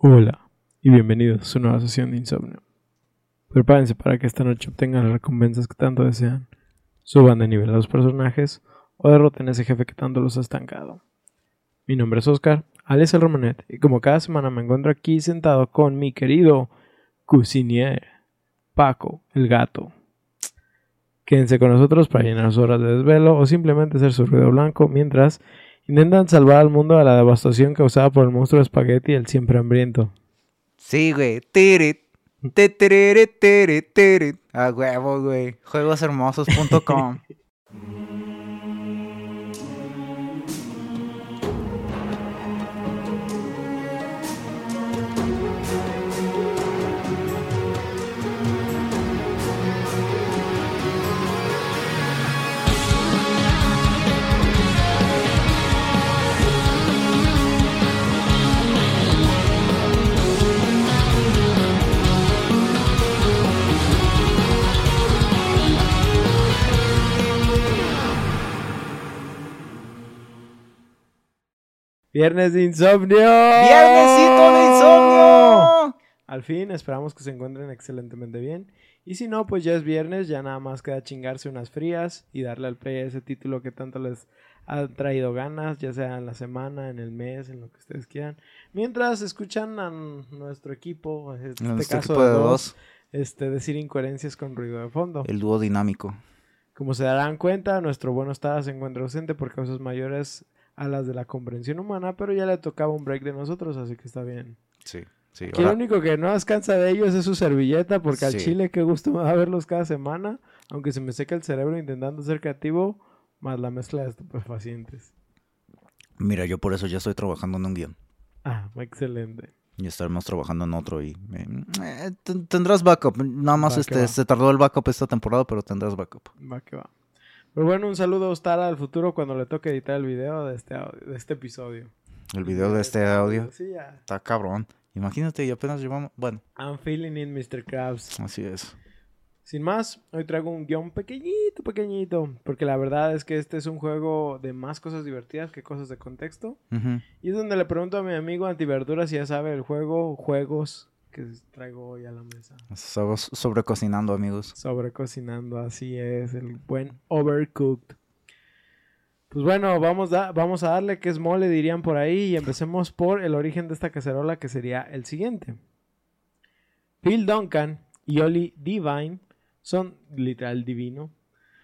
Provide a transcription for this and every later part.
Hola y bienvenidos a su nueva sesión de insomnio. Prepárense para que esta noche obtengan las recompensas que tanto desean, suban de nivel a los personajes o derroten a ese jefe que tanto los ha estancado. Mi nombre es Oscar, alias el Romanet, y como cada semana me encuentro aquí sentado con mi querido Cusinier, Paco, el gato. Quédense con nosotros para llenar sus horas de desvelo o simplemente hacer su ruido blanco mientras intentan salvar al mundo de la devastación causada por el monstruo de espagueti, el siempre hambriento. Sí, güey. Tirit. Tirit, tirit, tirit. A huevo, güey. Juegoshermosos.com. ¡Viernes de insomnio! ¡Viernesito de insomnio! Al fin, esperamos que se encuentren excelentemente bien. Y si no, pues ya es viernes, ya nada más queda chingarse unas frías y darle al play a ese título que tanto les ha traído ganas, ya sea en la semana, en el mes, en lo que ustedes quieran. Mientras escuchan a nuestro equipo, en este caso equipo de de dos, decir incoherencias con ruido de fondo. El dúo dinámico. Como se darán cuenta, nuestro bueno estado se encuentra ausente por causas mayores a las de la comprensión humana, pero ya le tocaba un break de nosotros, así que está bien. Sí, sí. Aquí lo único que no descansa de ellos es su servilleta, porque al Sí. chile qué gusto me da verlos cada semana, aunque se me seca el cerebro intentando ser creativo, más la mezcla de estupefacientes. Mira, yo por eso ya estoy trabajando en un guión. Ah, excelente. Y estaremos trabajando en otro y... tendrás backup. Nada más se tardó el backup esta temporada, pero tendrás backup. Va que va. Pero bueno, un saludo a Ostara al futuro cuando le toque editar el video de este episodio. El video de este audio. Sí, ya. Está cabrón. Imagínate, y apenas llevamos... Bueno. I'm feeling it, Mr. Krabs. Así es. Sin más, hoy traigo un guión pequeñito, porque la verdad es que este es un juego de más cosas divertidas que cosas de contexto. Uh-huh. Y es donde le pregunto a mi amigo Antiverduras si ya sabe el juegos que traigo hoy a la mesa. Estamos sobrecocinando, amigos. Sobrecocinando, así es, el buen Overcooked. Pues bueno, vamos a darle que es mole, dirían por ahí, y empecemos por el origen de esta cacerola, que sería el siguiente. Phil Duncan y Oli Divine son, literal divino,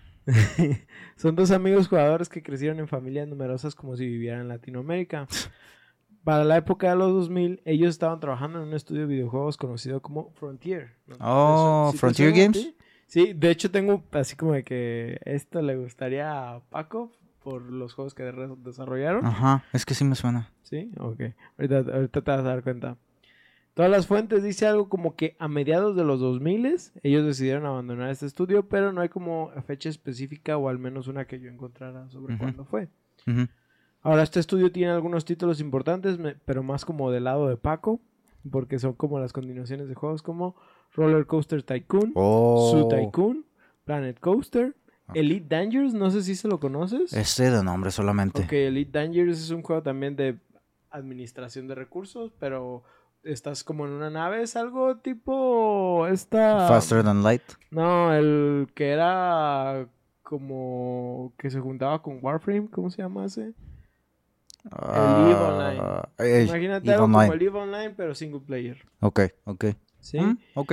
son dos amigos jugadores que crecieron en familias numerosas como si vivieran en Latinoamérica. Para la época de los 2000, ellos estaban trabajando en un estudio de videojuegos conocido como Frontier. Oh, ¿sí Frontier Games? Sí, de hecho tengo así como de que esto le gustaría a Paco por los juegos que desarrollaron. Ajá, es que sí me suena. Sí, ok. Ahorita te vas a dar cuenta. Todas las fuentes dice algo como que a mediados de los 2000 ellos decidieron abandonar este estudio, pero no hay como fecha específica o al menos una que yo encontrara sobre cuándo fue. Uh-huh. Ahora, este estudio tiene algunos títulos importantes, pero más como del lado de Paco, porque son como las continuaciones de juegos como Roller Coaster Tycoon, Zoo Tycoon, Planet Coaster, Elite Dangerous, no sé si se lo conoces. De nombre solamente. Ok, Elite Dangerous es un juego también de administración de recursos, pero estás como en una nave, es algo tipo Faster Than Light. No, el que era como que se juntaba con Warframe, ¿cómo se llama ese? El EVE Online. Imagínate algo como el EVE Online, pero single player. Ok. ¿Sí? Ok.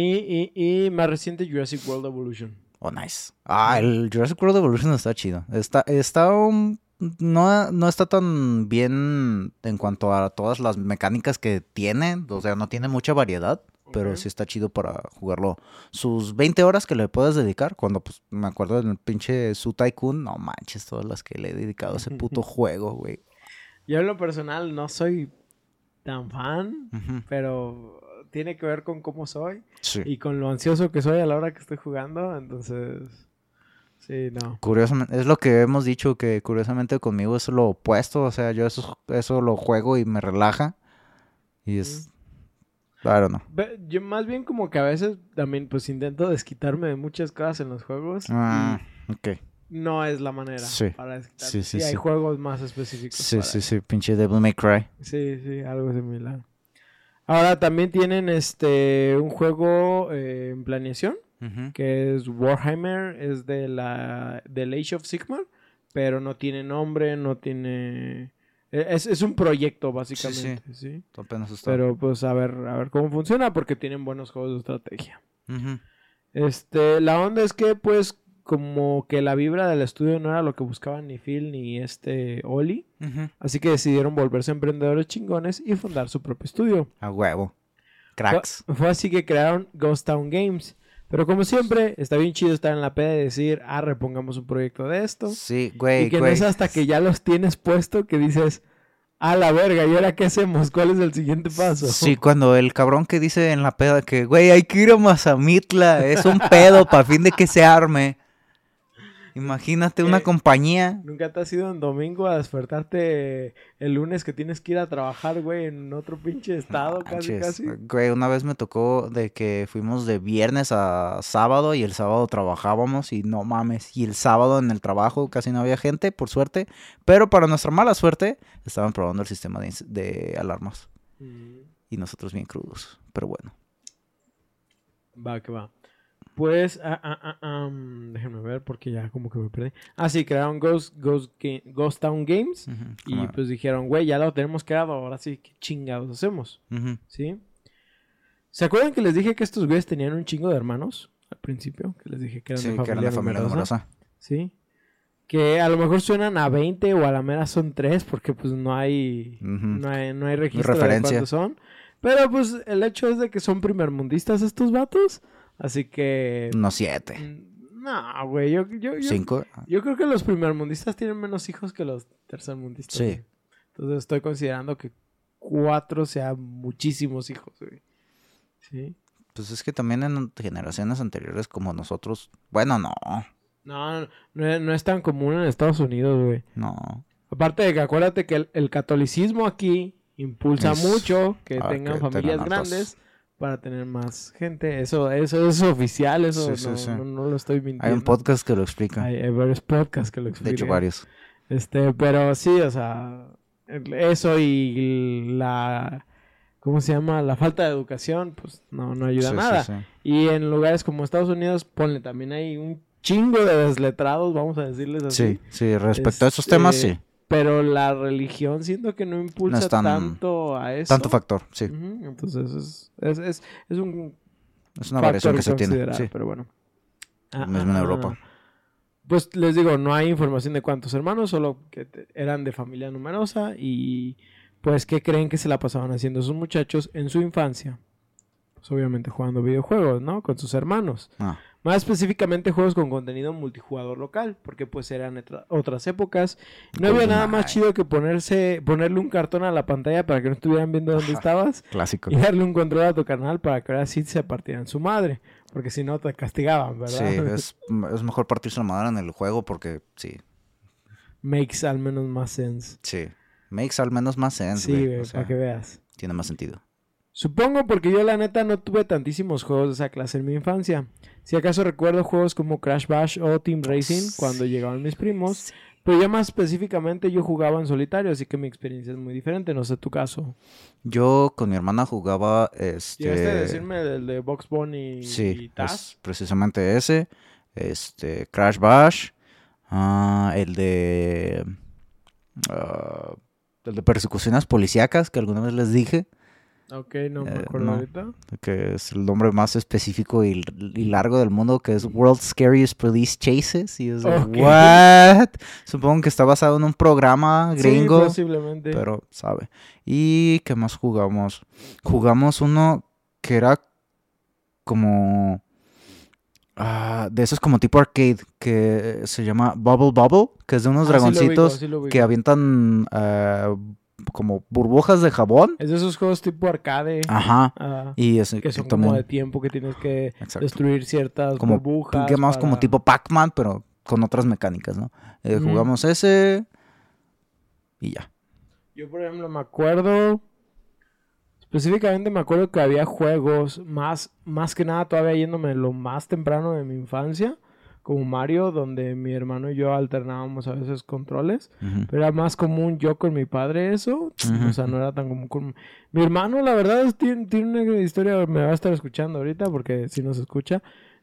Y más reciente, Jurassic World Evolution. Oh, nice. El Jurassic World Evolution está chido. No está tan bien en cuanto a todas las mecánicas que tiene. O sea, no tiene mucha variedad. Pero sí está chido para jugarlo. Sus 20 horas que le puedes dedicar. Cuando pues me acuerdo del pinche Zoo Tycoon. No manches, todas las que le he dedicado a ese puto juego, güey. Yo en lo personal no soy tan fan. Pero tiene que ver con cómo soy. Sí. Y con lo ansioso que soy a la hora que estoy jugando. Entonces... Sí, no. Curiosamente, es lo que hemos dicho, que curiosamente conmigo es lo opuesto. O sea, yo eso lo juego y me relaja. Y es... Claro, no. Yo más bien como que a veces también pues intento desquitarme de muchas cosas en los juegos. Ok. No es la manera para desquitarme. Sí, hay juegos más específicos. Sí, pinche Devil May Cry. Sí, algo similar. Ahora también tienen un juego en planeación, Ujú. que es Warhammer, es del Age of Sigmar, pero no tiene nombre, no tiene... Es un proyecto, básicamente, ¿sí? Apenas está. Pero pues a ver cómo funciona, porque tienen buenos juegos de estrategia. Ujú. La onda es que, pues, como que la vibra del estudio no era lo que buscaban ni Phil ni Oli. Ujú. Así que decidieron volverse emprendedores chingones y fundar su propio estudio. A huevo. Cracks. Fue así que crearon Ghost Town Games. Pero como siempre, está bien chido estar en la peda y decir, repongamos un proyecto de esto. Sí, Y güey, que no güey. es hasta que ya los tienes puesto que dices, a la verga, ¿y ahora qué hacemos? ¿Cuál es el siguiente paso? Sí, cuando el cabrón que dice en la peda que, güey, hay que ir a Mazamitla, es un pedo para fin de que se arme. Imagínate una compañía. ¿Nunca te has ido en domingo a despertarte el lunes que tienes que ir a trabajar, güey, en otro pinche estado, Manches, casi? güey, una vez me tocó de que fuimos de viernes a sábado y el sábado trabajábamos y no mames. Y el sábado en el trabajo casi no había gente, por suerte. Pero para nuestra mala suerte, estaban probando el sistema de alarmas. Y nosotros bien crudos, pero bueno. Va, que va. Pues, déjenme ver porque ya como que me perdí. Sí, crearon Ghost Town Games. Ujú, Y como- pues dijeron, güey, ya lo tenemos creado, ahora sí, ¿qué chingados hacemos? ujú. ¿Sí? ¿Se acuerdan que les dije que estos güeyes tenían un chingo de hermanos al principio? Que les dije que eran Sí, de que eran de familia numerosa. numerosa. ¿Sí? Que a lo mejor suenan a 20 o a la mera son 3 porque pues no hay, Ujú. no hay registro de Referencia. cuántos son. Pero pues el hecho es de que son primermundistas estos vatos. Así que... No 7. No, güey, yo 5. yo creo que los primermundistas tienen menos hijos que los tercermundistas. Sí. Güey. Entonces estoy considerando que 4 sean muchísimos hijos, güey. ¿Sí? Pues es que también en generaciones anteriores como nosotros, bueno, No es tan común en Estados Unidos, güey. no. Aparte de que acuérdate que el catolicismo aquí impulsa mucho que tengan que familias tengan hartas. grandes para tener más gente. Eso es oficial, eso Sí. no lo estoy mintiendo. Hay un podcast que lo explica. Hay varios podcasts que lo De explican. hecho, varios. Pero sí, o sea, eso y la... ¿Cómo se llama? La falta de educación, pues no ayuda a nada. Sí. Y en lugares como Estados Unidos, ponle también hay un chingo de desletrados, vamos a decirles así. Sí, respecto a esos temas, sí. Pero la religión siento que no impulsa No es tan- tanto a eso. Tanto factor, sí. Ujú, entonces es un Es una variación que se tiene. considerar, Sí. pero bueno. Mismo en Europa. Pues les digo, no hay información de cuántos hermanos, solo que eran de familia numerosa y pues ¿qué creen que se la pasaban haciendo esos muchachos en su infancia? Pues obviamente jugando videojuegos, ¿no? Con sus hermanos. Más específicamente juegos con contenido multijugador local, porque pues eran otras épocas. No había nada más chido que ponerle un cartón a la pantalla para que no estuvieran viendo dónde estabas. Clásico. Y darle un control a tu canal para que ahora sí se partieran su madre. Porque si no te castigaban, ¿verdad? Sí, es mejor partirse la madre en el juego porque sí. Makes al menos más sense. Sí. Makes al menos más sense, Sí, güey. güey, O sea, para que veas. tiene más sentido. Supongo porque yo la neta no tuve tantísimos juegos de esa clase en mi infancia. Si acaso recuerdo juegos como Crash Bash o Team Racing cuando llegaban mis primos, pero ya más específicamente yo jugaba en solitario, así que mi experiencia es muy diferente, no sé tu caso. Yo con mi hermana jugaba ¿Llegaste a decirme del de Box Bunny y Sí, Taz? es precisamente ese. Crash Bash. El de persecuciones policíacas que alguna vez les dije. Ok, no me acuerdo no. ahorita. Que es el nombre más específico y largo del mundo, que es World's Scariest Police Chases. Y es de, Ok. ¿what? Supongo que está basado en un programa gringo. Sí, posiblemente. Pero, ¿sabe? ¿Y qué más jugamos? Jugamos uno que era como... de esos como tipo arcade, que se llama Bubble Bubble, que es de unos dragoncitos sí lo ubico. que avientan como burbujas de jabón. Es de esos juegos tipo arcade. Ajá. Y ese que son también, como de tiempo que tienes que exacto, destruir ciertas como burbujas. que más como tipo Pac-Man, pero con otras mecánicas, ¿no? Jugamos ese y ya. Yo, por ejemplo, me acuerdo... Específicamente me acuerdo que había juegos más que nada todavía yéndome lo más temprano de mi infancia. como Mario, donde mi hermano y yo alternábamos a veces controles. Ujú. Pero era más común yo con mi padre eso. Ujú. O sea, no era tan común con... Mi hermano, la verdad, tiene una historia... Me va a estar escuchando ahorita porque si nos escucha...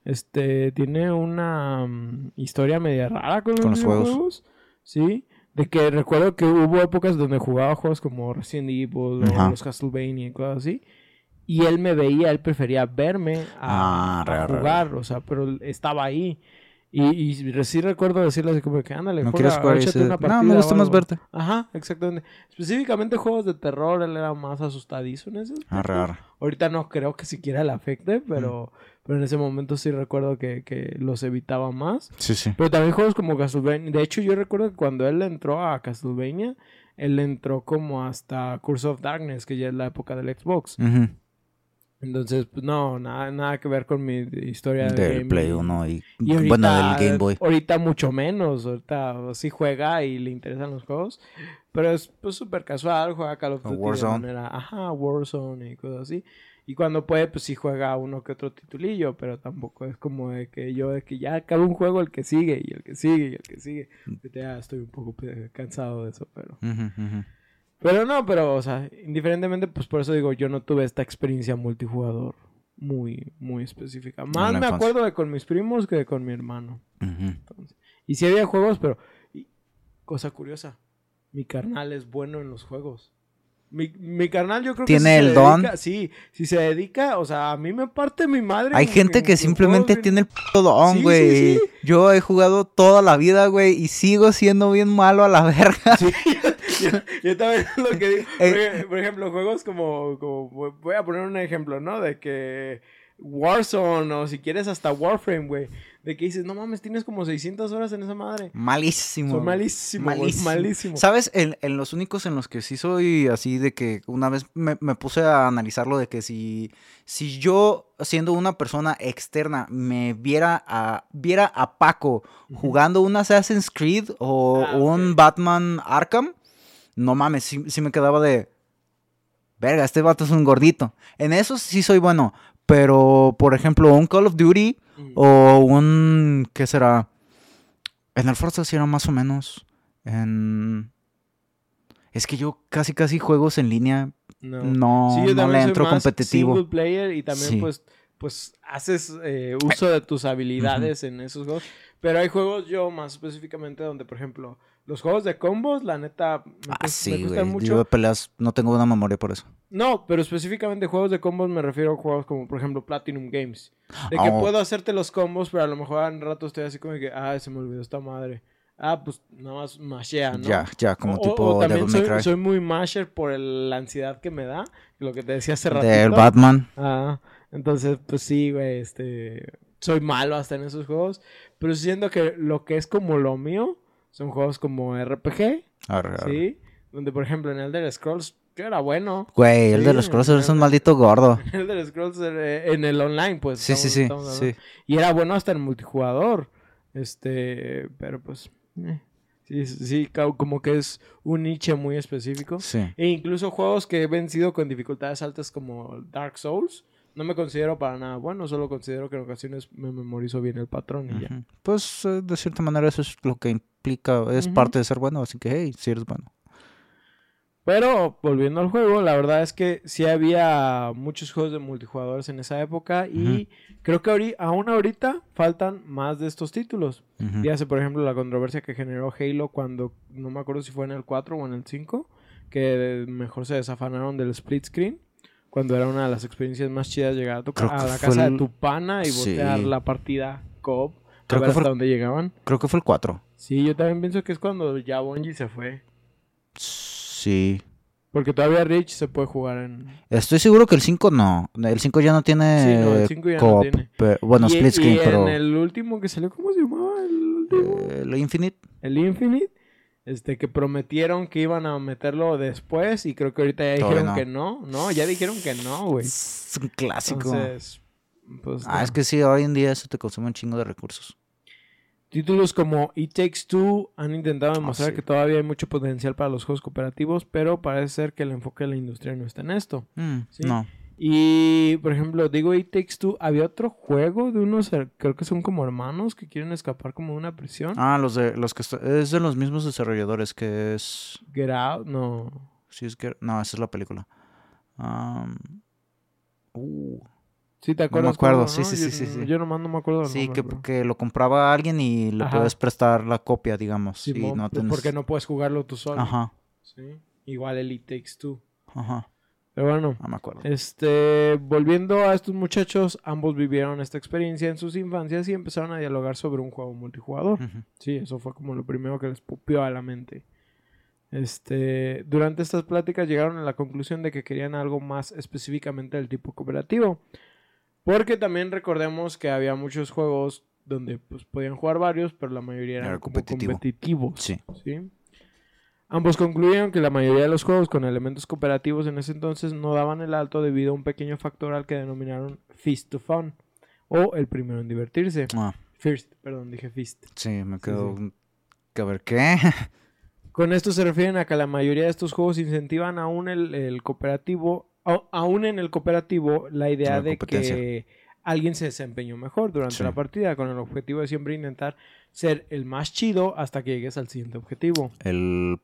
tiene una historia media rara con los juegos. videojuegos. Sí. De que recuerdo que hubo épocas donde jugaba juegos como Resident Evil Ajá. o los Castlevania y cosas así. Y él me veía, él prefería verme a jugar, o sea, pero él estaba ahí. Y sí recuerdo decirle así como que, ándale, ¿No juega, quieres jugar? Y échate dice, una partida no, me gusta o más algo". verte. Ajá, exactamente. Específicamente juegos de terror, él era más asustadizo en ese aspecto. Arre. Ahorita no creo que siquiera le afecte, pero en ese momento sí recuerdo que los evitaba más. Sí. Pero también juegos como Castlevania. De hecho, yo recuerdo que cuando él entró a Castlevania, él entró como hasta Curse of Darkness, que ya es la época del Xbox. Ujú. Entonces, pues no, nada que ver con mi historia de Del gaming. Play 1 y ahorita, bueno, del Game Boy. Ahorita mucho menos. Ahorita sí juega y le interesan los juegos. Pero es pues súper casual. Juega Call of Duty Warzone. de manera... Ajá, Warzone y cosas así. Y cuando puede, pues sí juega uno que otro titulillo. Pero tampoco es como de que ya acabo un juego, el que sigue y el que sigue y el que sigue. Ya estoy un poco cansado de eso, pero... Ujú. Pero, o sea, indiferentemente, pues por eso digo, yo no tuve esta experiencia multijugador muy, muy específica. Más me acuerdo de con mis primos que con mi hermano. Ujú. Entonces, y sí había juegos, pero... cosa curiosa, mi carnal es bueno en los juegos. Mi carnal yo creo que ¿Tiene el don? Sí, si se dedica, o sea, a mí me parte mi madre. Hay gente que simplemente tiene el puto don, güey. Sí. Yo he jugado toda la vida, güey, y sigo siendo bien malo a la verga. Sí, yo también es lo que digo. Por ejemplo, juegos como... Voy a poner un ejemplo, ¿no? De que Warzone o si quieres hasta Warframe, güey. De que dices, no mames, tienes como 600 horas en esa madre. Malísimo. Son malísimo. ¿Sabes? En los únicos en los que sí soy así de que una vez me puse a analizarlo de que si yo, siendo una persona externa, me viera a Paco jugando un Assassin's Creed o un Batman Arkham, no mames, sí me quedaba de... Verga, este vato es un gordito. En eso sí soy bueno. Pero, por ejemplo, un Call of Duty o un... ¿Qué será? En el Forza sí era más o menos. Es que yo casi juegos en línea no le entro competitivo. Single player y también pues haces uso de tus habilidades en esos juegos. Pero hay juegos yo más específicamente donde, por ejemplo, los juegos de combos, la neta, me gustan mucho. Yo de peleas no tengo una memoria por eso. No, pero específicamente juegos de combos me refiero a juegos como, por ejemplo, Platinum Games. De que puedo hacerte los combos, pero a lo mejor en rato estoy así como que, se me olvidó esta madre. Pues nada más mashea, ¿no? Ya, como tipo Devil May Cry. Soy muy masher por la ansiedad que me da, lo que te decía hace ratito. Del Batman. Entonces, pues sí, güey, soy malo hasta en esos juegos, pero siento que lo que es como lo mío son juegos como RPG, ¿sí? Donde, por ejemplo, en Elder Scrolls yo era bueno. Güey, el de los Scrolls es un maldito gordo. El de los Scrolls en el online, pues. Sí. Y era bueno hasta en multijugador. Pero pues... Sí, como que es un niche muy específico. Sí. E incluso juegos que he vencido con dificultades altas como Dark Souls, no me considero para nada bueno, solo considero que en ocasiones me memorizo bien el patrón y ya. Pues de cierta manera eso es lo que implica, es parte de ser bueno, así que hey, sí eres bueno. Pero volviendo al juego, la verdad es que sí había muchos juegos de multijugadores en esa época y creo que aún ahorita faltan más de estos títulos. Ya sé, por ejemplo, la controversia que generó Halo cuando, no me acuerdo si fue en el 4 o en el 5, que mejor se desafanaron del split screen, cuando era una de las experiencias más chidas llegar a la casa de tu pana y botear la partida co-op, a ver hasta dónde llegaban. Creo que fue el 4. Sí, yo también pienso que es cuando ya Bungie se fue. Sí. Porque todavía Reach se puede jugar en... Estoy seguro que el 5 no. El 5 ya no tiene... Sí, no, el 5 ya no tiene. Bueno, split screen, pero... en el último que salió, ¿cómo se llamaba? El Infinite. El Infinite. Que prometieron que iban a meterlo después y creo que ahorita ya dijeron que no. No, ya dijeron que no, güey. Es un clásico. Entonces, pues... es que sí, hoy en día eso te consume un chingo de recursos. Títulos como It Takes Two han intentado demostrar que todavía hay mucho potencial para los juegos cooperativos, pero parece ser que el enfoque de la industria no está en esto. ¿sí? No. Y, por ejemplo, digo, It Takes Two, había otro juego de unos, creo que son como hermanos que quieren escapar como de una prisión. Ah, los que es de los mismos desarrolladores, que es... Get Out, no. Sí, es que... No, esa es la película. Um, Sí, te no me acuerdas acuerdo, cuál, sí, ¿no? sí, sí, sí, sí. Yo nomás no me acuerdo del Sí, nombre, pero... que lo compraba alguien y le Ajá. puedes prestar la copia, digamos. Simón, y no porque no puedes jugarlo tú solo. Ajá, Sí. Igual el It Takes Two. ajá. Pero bueno, No me acuerdo. volviendo a estos muchachos, ambos vivieron esta experiencia en sus infancias y empezaron a dialogar sobre un juego multijugador. Ujú. Sí, eso fue como lo primero que les popió a la mente. Durante estas pláticas llegaron a la conclusión de que querían algo más específicamente del tipo cooperativo. Porque también recordemos que había muchos juegos donde pues, podían jugar varios, pero la mayoría eran Era como competitivo. competitivos. Sí. ¿Sí? Ambos concluyeron que la mayoría de los juegos con elementos cooperativos en ese entonces no daban el alto debido a un pequeño factor al que denominaron Feast to Fun, o el primero en divertirse. First, perdón, dije Feast. Sí, me quedo... Sí. Que a ver, ¿qué? Con esto se refieren a que la mayoría de estos juegos incentivan aún el cooperativo, aún en el cooperativo, la idea La de competencia. que alguien se desempeñó mejor durante Sí. la partida, con el objetivo de siempre intentar ser el más chido hasta que llegues al siguiente objetivo. El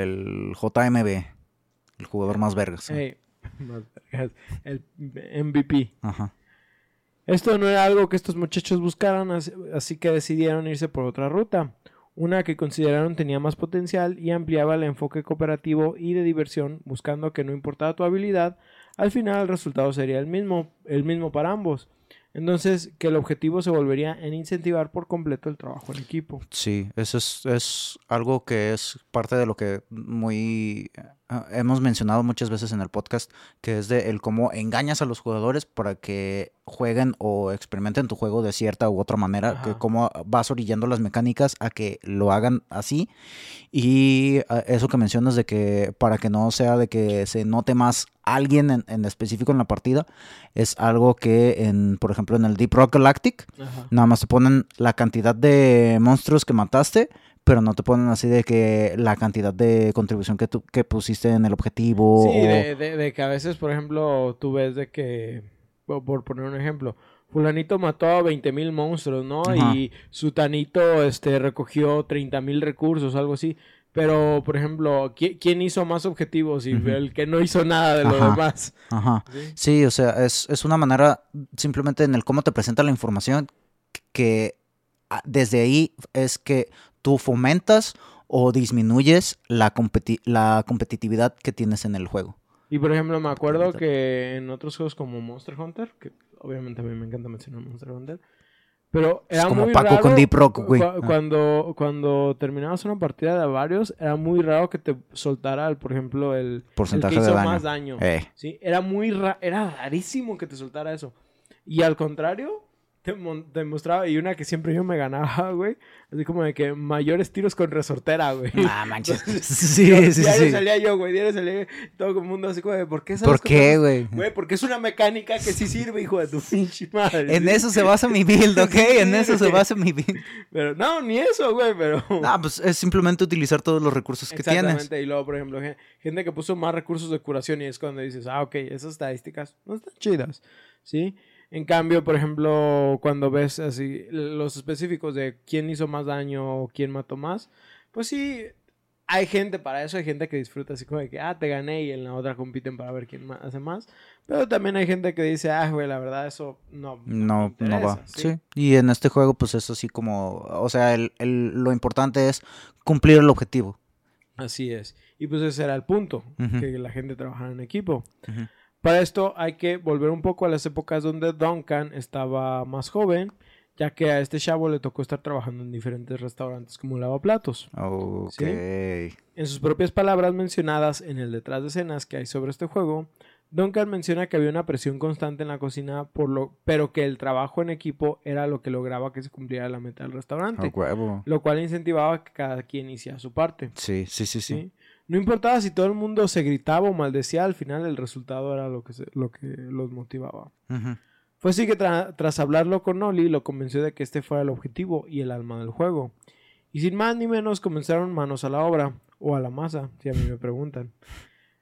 JMB, el jugador más vergas. Ey, más vergas, el MVP. Ajá. Esto no era algo que estos muchachos buscaran, así que decidieron irse por otra ruta. Una que consideraron tenía más potencial y ampliaba el enfoque cooperativo y de diversión, buscando que no importaba tu habilidad, al final el resultado sería el mismo para ambos. Entonces, que el objetivo se volvería en incentivar por completo el trabajo en equipo. Sí, eso es algo que es parte de lo que hemos mencionado muchas veces en el podcast, que es de el cómo engañas a los jugadores para que jueguen o experimenten tu juego de cierta u otra manera, Ajá. que cómo vas orillando las mecánicas a que lo hagan así. Y eso que mencionas de que para que no sea de que se note más alguien en específico en la partida, es algo que por ejemplo en el Deep Rock Galactic, Ajá. nada más te ponen la cantidad de monstruos que mataste, pero no te ponen así de que la cantidad de contribución que pusiste en el objetivo. Sí, de que a veces, por ejemplo, tú ves de que, por poner un ejemplo, fulanito mató a 20,000 monstruos, ¿no? Ajá. Y sutanito recogió 30,000 recursos, algo así. Pero, por ejemplo, ¿quién hizo más objetivos? Y Ujú. el que no hizo nada de lo Ajá. demás. Ajá. ¿Sí? Sí, o sea, es una manera simplemente en el cómo te presenta la información que desde ahí es que tú fomentas o disminuyes la competitividad que tienes en el juego. Y, por ejemplo, me acuerdo que en otros juegos como Monster Hunter, que obviamente a mí me encanta mencionar Monster Hunter, pero era Es como muy Paco raro con Deep Rock, güey. cuando terminabas una partida de varios, era muy raro que te soltara, por ejemplo, el Porcentaje que hizo de daño. más daño. ¿Sí? Era rarísimo que te soltara eso. Y al contrario, te mostraba, y una que siempre yo me ganaba, güey, así como de que mayores tiros con resortera, güey. Ah, manches. Sí, diario salía yo, güey, diario salía todo el mundo así como de, ¿por qué? ¿Por qué, güey? Güey, porque es una mecánica que sí sirve, hijo de tu pinche madre. En eso se basa mi build, ¿ok? En eso se basa mi build. Pero no, ni eso, güey, pero... Ah, pues es simplemente utilizar todos los recursos que tienes. Exactamente, y luego, por ejemplo, gente que puso más recursos de curación y es cuando dices, ok, esas estadísticas no están chidas, ¿sí? En cambio, por ejemplo, cuando ves así los específicos de quién hizo más daño o quién mató más, pues sí, hay gente para eso, hay gente que disfruta así como de que, te gané, y en la otra compiten para ver quién hace más. Pero también hay gente que dice, güey, la verdad eso no va. ¿sí? Sí. Y en este juego, pues es así como, o sea, lo importante es cumplir el objetivo. Así es. Y pues ese era el punto, Uh-huh. que la gente trabajara en equipo. Uh-huh. Para esto hay que volver un poco a las épocas donde Duncan estaba más joven, ya que a este chavo le tocó estar trabajando en diferentes restaurantes como lavaplatos. Ok. ¿Sí? En sus propias palabras mencionadas en el detrás de escenas que hay sobre este juego, Duncan menciona que había una presión constante en la cocina, pero que el trabajo en equipo era lo que lograba que se cumpliera la meta del restaurante. Huevo. Lo cual incentivaba que cada quien hiciera su parte. Sí. ¿Sí? No importaba si todo el mundo se gritaba o maldecía, al final el resultado era lo que los motivaba. Uh-huh. Fue así que tras hablarlo con Oli, lo convenció de que este fuera el objetivo y el alma del juego. Y sin más ni menos comenzaron manos a la obra, o a la masa, si a mí me preguntan.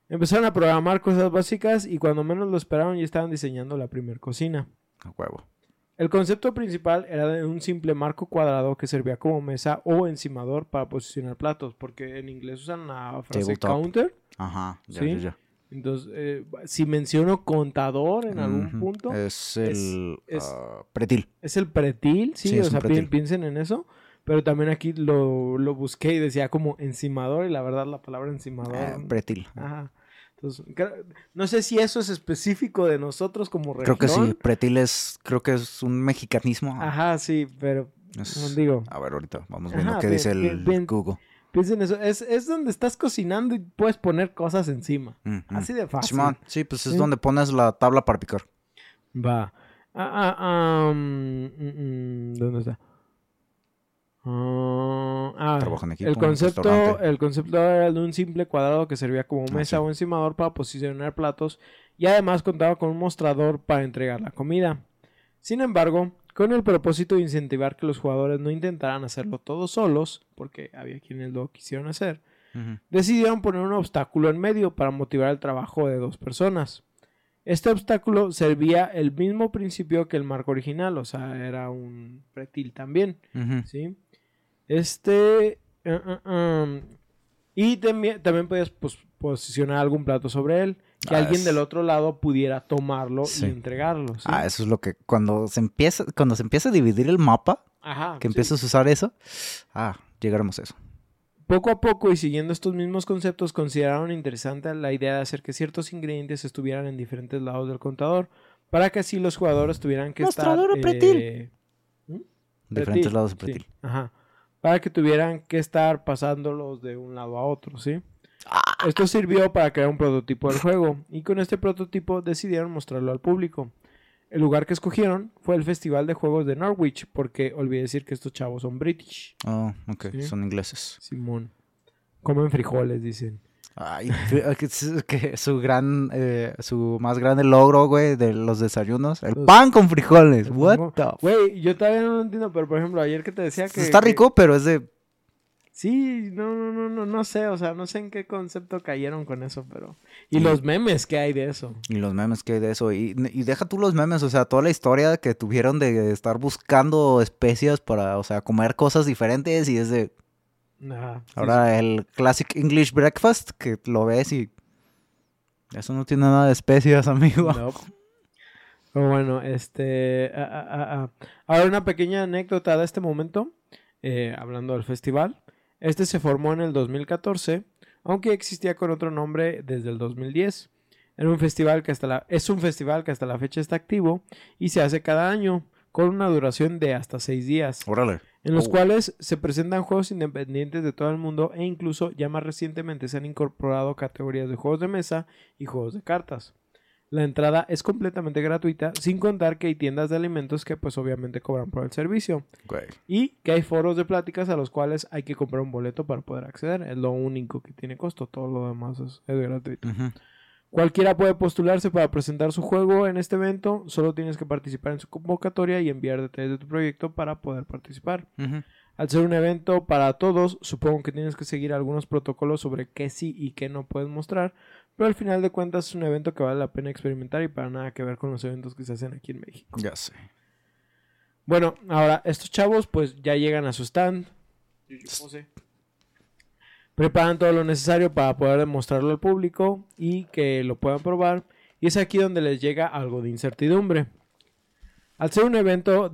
Empezaron a programar cosas básicas y cuando menos lo esperaron ya estaban diseñando la primer cocina. A huevo. El concepto principal era de un simple marco cuadrado que servía como mesa o encimador para posicionar platos, porque en inglés usan la frase Tabletop. counter. Ajá, ya, ¿Sí? ya. Entonces, si menciono contador en algún punto, Es el es- pretil. es el pretil, sí, Sí, o es un sea, pretil. piensen en eso. Pero también aquí lo busqué y decía como encimador y la verdad la palabra encimador... Pretil. Ajá. Entonces, no sé si eso es específico de nosotros como región. Creo que sí, pretil creo que es un mexicanismo. Ajá, sí, pero Es- digo, A ver, ahorita vamos viendo Ajá, qué dice el Google. piensen eso. Es donde estás cocinando y puedes poner cosas encima. Mm, Así de fácil. Simón, sí, pues es Sí. donde pones la tabla para picar. Va. ¿Dónde está? Trabajo en equipo, el un concepto restaurante. era de un simple cuadrado que servía como mesa sí. o encimador para posicionar platos y además contaba con un mostrador para entregar la comida. Sin embargo, con el propósito de incentivar que los jugadores no intentaran hacerlo todos solos, porque había quienes lo quisieron hacer, Ujú. decidieron poner un obstáculo en medio para motivar el trabajo de dos personas. Este obstáculo servía el mismo principio que el marco original, o sea, era un pretil también, Ujú. ¿sí? Y también podías posicionar algún plato sobre él, que alguien del otro lado pudiera tomarlo Sí. y entregarlo, ¿sí? Eso es lo que cuando se empieza a dividir el mapa, Ajá, que sí. empiezas a usar eso, llegaremos a eso. Poco a poco y siguiendo estos mismos conceptos, consideraron interesante la idea de hacer que ciertos ingredientes estuvieran en diferentes lados del contador, para que así los jugadores tuvieran que Mostrador estar... o pretil. Diferentes Pretil, lados de sí, pretil. ajá. Para que tuvieran que estar pasándolos de un lado a otro, ¿sí? Esto sirvió para crear un prototipo del juego, y con este prototipo decidieron mostrarlo al público. El lugar que escogieron fue el Festival de Juegos de Norwich, porque olvidé decir que estos chavos son british. Oh, ok, Sí. son ingleses. Simón. Comen frijoles, dicen. Ay, que su más grande logro, güey, de los desayunos, el pan con frijoles. What the Güey, yo todavía no lo entiendo, pero por ejemplo, ayer que te decía que... Está rico, pero es de... Sí, no sé, o sea, no sé en qué concepto cayeron con eso, pero... Y los memes que hay de eso. Y los memes que hay de eso. Y deja tú los memes, o sea, toda la historia que tuvieron de estar buscando especias para, o sea, comer cosas diferentes y es de... Ajá, sí, Ahora el Classic English Breakfast, que lo ves y... Eso no tiene nada de especias, amigo. No. Pero bueno, Ahora una pequeña anécdota de este momento, hablando del festival. Este se formó en el 2014, aunque existía con otro nombre desde el 2010. Es un festival que hasta la fecha está activo y se hace cada año, con una duración de hasta 6 días. Órale. En los cuales se presentan juegos independientes de todo el mundo e incluso ya más recientemente se han incorporado categorías de juegos de mesa y juegos de cartas. La entrada es completamente gratuita, sin contar que hay tiendas de alimentos que pues obviamente cobran por el servicio. Güey. Y que hay foros de pláticas a los cuales hay que comprar un boleto para poder acceder. Es lo único que tiene costo, todo lo demás es gratuito. Ujú. Cualquiera puede postularse para presentar su juego en este evento, solo tienes que participar en su convocatoria y enviar detalles de tu proyecto para poder participar. Ujú. Al ser un evento para todos, supongo que tienes que seguir algunos protocolos sobre qué sí y qué no puedes mostrar, pero al final de cuentas es un evento que vale la pena experimentar y para nada que ver con los eventos que se hacen aquí en México. Ya sé. Bueno, ahora estos chavos pues ya llegan a su stand. Preparan todo lo necesario para poder demostrarlo al público y que lo puedan probar. Y es aquí donde les llega algo de incertidumbre. Al ser un evento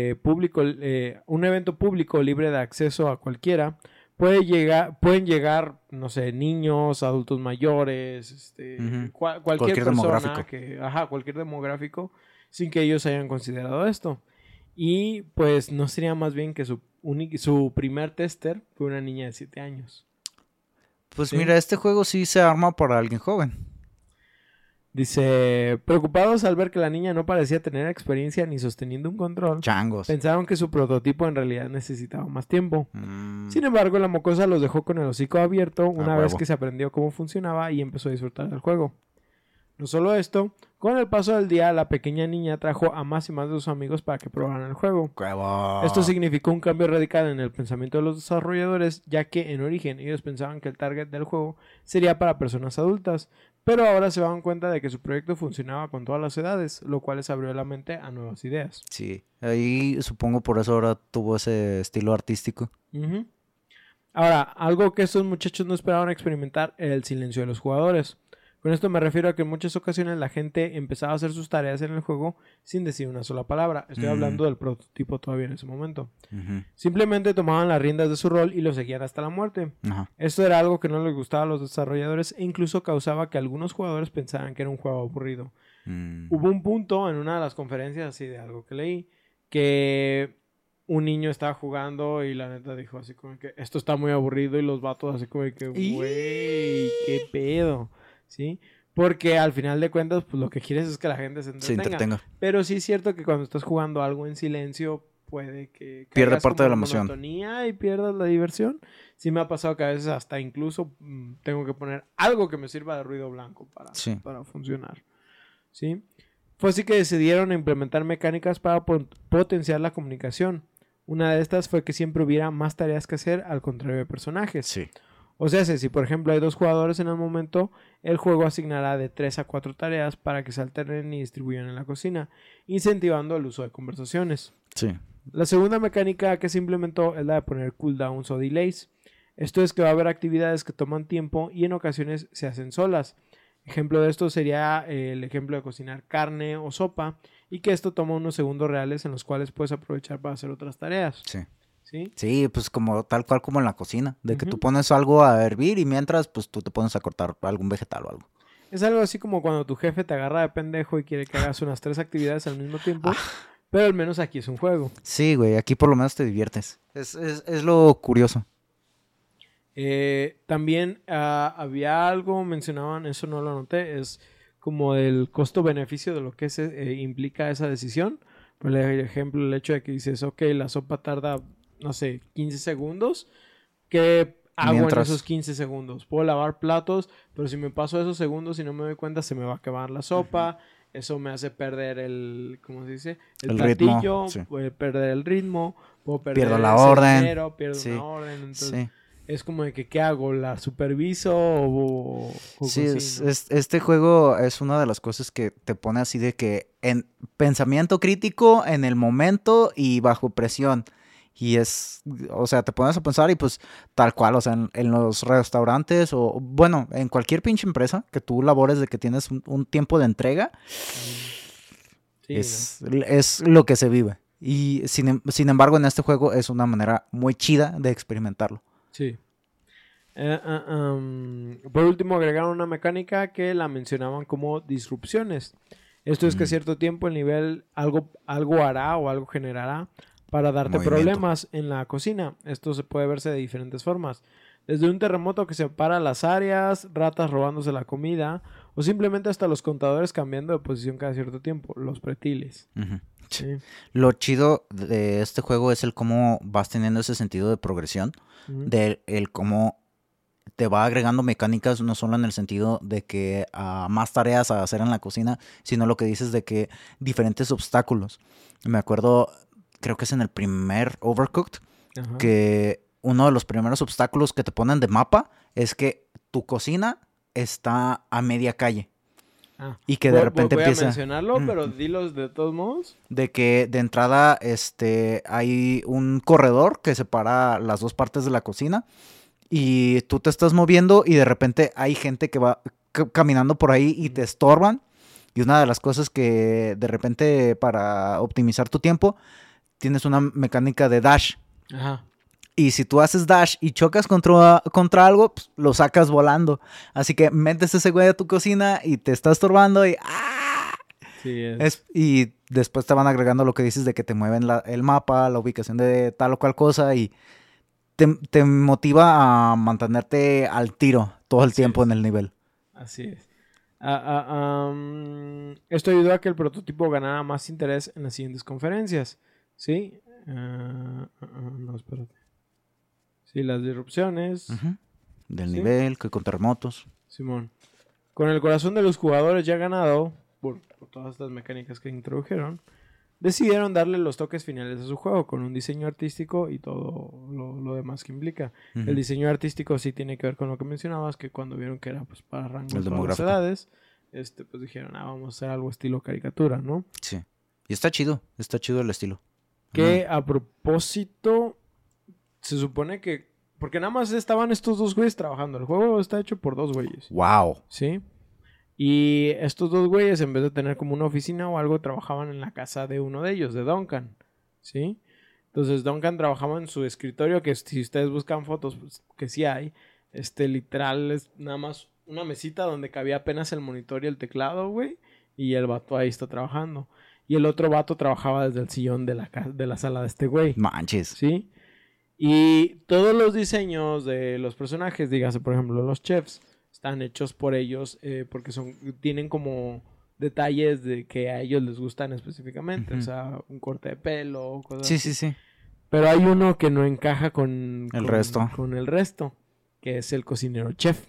público libre de acceso a cualquiera, pueden llegar, no sé, niños, adultos mayores, Ujú. cualquier persona demográfico. cualquier demográfico, sin que ellos hayan considerado esto. Y pues no sería más bien que su primer tester fue una niña de 7 años. Pues Sí. mira, este juego sí se arma para alguien joven. Dice, preocupados al ver que la niña no parecía tener experiencia ni sosteniendo un control, Changos. pensaron que su prototipo en realidad necesitaba más tiempo. Mm. Sin embargo, la mocosa los dejó con el hocico abierto una vez huevo. que se aprendió cómo funcionaba y empezó a disfrutar del juego. No solo esto, Con el paso del día, la pequeña niña trajo a más y más de sus amigos para que probaran el juego. Esto significó un cambio radical en el pensamiento de los desarrolladores, ya que en origen ellos pensaban que el target del juego sería para personas adultas, pero ahora se daban cuenta de que su proyecto funcionaba con todas las edades, lo cual les abrió la mente a nuevas ideas. Sí, ahí supongo por eso ahora tuvo ese estilo artístico. Uh-huh. Ahora, algo que estos muchachos no esperaban experimentar era el silencio de los jugadores. Con esto me refiero a que en muchas ocasiones la gente empezaba a hacer sus tareas en el juego sin decir una sola palabra. Estoy hablando del prototipo todavía en ese momento. Simplemente tomaban las riendas de su rol y lo seguían hasta la muerte. Esto era algo que no les gustaba a los desarrolladores e incluso causaba que algunos jugadores pensaran que era un juego aburrido. Hubo un punto en una de las conferencias así de algo que leí que un niño estaba jugando y la neta dijo así como que esto está muy aburrido y los vatos así como que güey, qué pedo. ¿Sí? Porque al final de cuentas, pues lo que quieres es que la gente se entretenga. Pero sí es cierto que cuando estás jugando algo en silencio, puede que pierde parte de la emoción. Monotonía y pierdas la diversión. Sí me ha pasado que a veces hasta incluso tengo que poner algo que me sirva de ruido blanco para funcionar. ¿Sí? Fue así que decidieron implementar mecánicas para potenciar la comunicación. Una de estas fue que siempre hubiera más tareas que hacer al contrario de personajes. Sí. O sea, si por ejemplo hay 2 jugadores en el momento, el juego asignará de 3 a 4 tareas para que se alternen y distribuyan en la cocina, incentivando el uso de conversaciones. Sí. La segunda mecánica que se implementó es la de poner cooldowns o delays. Esto es que va a haber actividades que toman tiempo y en ocasiones se hacen solas. Ejemplo de esto sería el ejemplo de cocinar carne o sopa y que esto toma unos segundos reales en los cuales puedes aprovechar para hacer otras tareas. Sí. ¿Sí? Sí, pues como tal cual como en la cocina, de que tú pones algo a hervir y mientras pues tú te pones a cortar algún vegetal o algo. Es algo así como cuando tu jefe te agarra de pendejo y quiere que hagas unas 3 actividades al mismo tiempo, pero al menos aquí es un juego. Sí, güey, aquí por lo menos te diviertes. Es lo curioso. También había algo, mencionaban, eso no lo anoté, es como el costo-beneficio de lo que implica esa decisión. Por ejemplo, el hecho de que dices, ok, la sopa tarda, no sé, 15 segundos. ¿Qué hago en esos 15 segundos? Puedo lavar platos, pero si me paso esos segundos y no me doy cuenta, se me va a quemar la sopa. Eso me hace perder ¿cómo se dice? El platillo, ritmo, sí. Puedo perder el ritmo, puedo perder pierdo la orden. Pierdo una orden, entonces es como de que ¿qué hago? ¿La superviso o sí, este juego es una de las cosas que te pone así de que en pensamiento crítico en el momento y bajo presión. Y o sea, te pones a pensar y pues tal cual, o sea, en los restaurantes o, bueno, en cualquier pinche empresa que tú labores de que tienes un tiempo de entrega, sí, es lo que se vive. Y sin embargo, en este juego es una manera muy chida de experimentarlo. Sí. Por último, agregaron una mecánica que la mencionaban como disrupciones. Esto es que a cierto tiempo el nivel algo hará o algo generará para darte problemas en la cocina. Esto se puede verse de diferentes formas. Desde un terremoto que separa las áreas, ratas robándose la comida, o simplemente hasta los contadores cambiando de posición cada cierto tiempo, los pretiles. Sí. Lo chido de este juego es el cómo vas teniendo ese sentido de progresión, de el cómo te va agregando mecánicas, no solo en el sentido de que más tareas a hacer en la cocina, sino lo que dices de que diferentes obstáculos. Me acuerdo, creo que es en el primer Overcooked, que uno de los primeros obstáculos que te ponen de mapa es que tu cocina está a media calle. Y que de repente empieza... Voy a mencionarlo, pero dilos de todos modos. De que de entrada hay un corredor que separa las dos partes de la cocina y tú te estás moviendo y de repente hay gente que va caminando por ahí y te estorban. Y una de las cosas que de repente para optimizar tu tiempo tienes una mecánica de dash. Y si tú haces dash y chocas contra algo, pues, lo sacas volando. Así que metes ese güey a tu cocina y te está estorbando y ¡ah! Sí, y después te van agregando lo que dices de que te mueven el mapa, la ubicación de tal o cual cosa y te motiva a mantenerte al tiro todo el tiempo en el nivel. Así es. Esto ayudó a que el prototipo ganara más interés en las siguientes conferencias. ¿Sí? No, espérate. Sí, las disrupciones. Del nivel, que con terremotos. Simón. Con el corazón de los jugadores ya ganado, por todas estas mecánicas que introdujeron, decidieron darle los toques finales a su juego con un diseño artístico y todo lo demás que implica. El diseño artístico sí tiene que ver con lo que mencionabas, que cuando vieron que era pues para rangos de todas las edades, pues dijeron, vamos a hacer algo estilo caricatura, ¿no? Sí. Y está chido el estilo. Que a propósito, se supone que, porque nada más estaban estos dos güeyes trabajando. El juego está hecho por dos güeyes. ¡Wow! ¿Sí? Y estos dos güeyes, en vez de tener como una oficina o algo, trabajaban en la casa de uno de ellos, de Duncan. ¿Sí? Entonces Duncan trabajaba en su escritorio, que si ustedes buscan fotos, pues, que sí hay. Literal es nada más una mesita donde cabía apenas el monitor y el teclado, güey. Y el vato ahí está trabajando. Y el otro vato trabajaba desde el sillón de la sala de este güey. Manches. ¿Sí? Y todos los diseños de los personajes, dígase por ejemplo los chefs, están hechos por ellos porque tienen como detalles de que a ellos les gustan específicamente. O sea, un corte de pelo, cosas así. Sí. Pero hay uno que no encaja con el resto, que es el cocinero chef.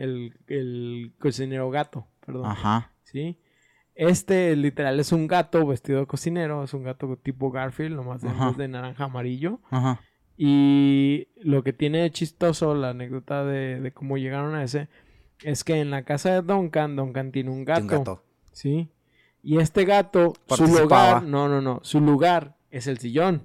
El cocinero gato, perdón. Ajá. ¿Sí? Literal es un gato vestido de cocinero. Es un gato tipo Garfield, nomás de naranja amarillo. Ajá. Y lo que tiene de chistoso, la anécdota de cómo llegaron a ese, es que en la casa de Duncan tiene un gato. ¿Sí? Y este gato, su lugar es el sillón.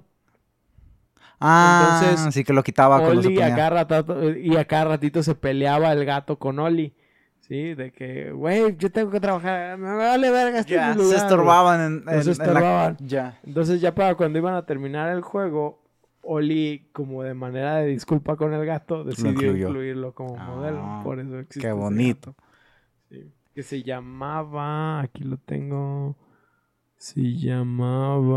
Entonces, así que lo quitaba cuando se ponía. A cada ratito se peleaba el gato con Oli. Sí, de que, güey, yo tengo que trabajar, me vale verga este lugar. Se estorbaban Ya. Entonces ya para cuando iban a terminar el juego, Oli, como de manera de disculpa con el gato, decidió incluirlo como modelo. Por eso existe. Qué bonito. Sí. Que se llamaba, aquí lo tengo, se llamaba,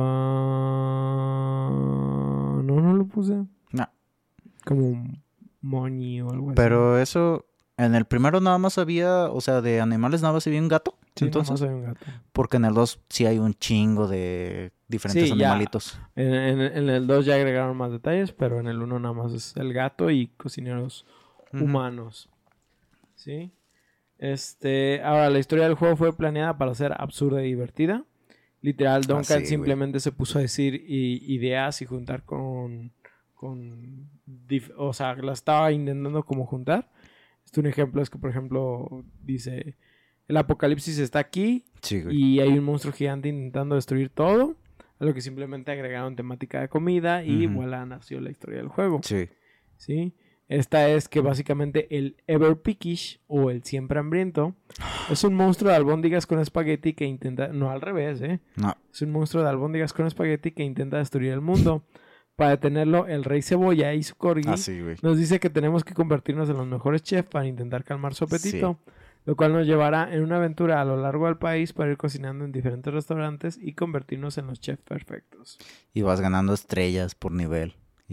no lo puse. No. Como Money o algo así. Pero eso, en el primero nada más había, o sea, de animales nada más había un gato. Sí, entonces, nada más había un gato. Porque en el 2 sí hay un chingo de diferentes animalitos. En el 2 ya agregaron más detalles, pero en el 1 nada más es el gato y cocineros humanos. ¿Sí? Ahora, la historia del juego fue planeada para ser absurda y divertida. Literal, Duncan simplemente se puso a decir ideas y juntar o sea, la estaba intentando como juntar. Un ejemplo es que, por ejemplo, dice: el apocalipsis está aquí y hay un monstruo gigante intentando destruir todo. A lo que simplemente agregaron temática de comida y voilà, nació la historia del juego. Sí. Esta es que básicamente el Ever Pickish o el siempre hambriento es un monstruo de albóndigas con espagueti que intenta... No, al revés, No. Es un monstruo de albóndigas con espagueti que intenta destruir el mundo. Para detenerlo, el Rey Cebolla y su corgi nos dice que tenemos que convertirnos en los mejores chefs para intentar calmar su apetito. Lo cual nos llevará en una aventura a lo largo del país para ir cocinando en diferentes restaurantes y convertirnos en los chefs perfectos. Y vas ganando estrellas por nivel.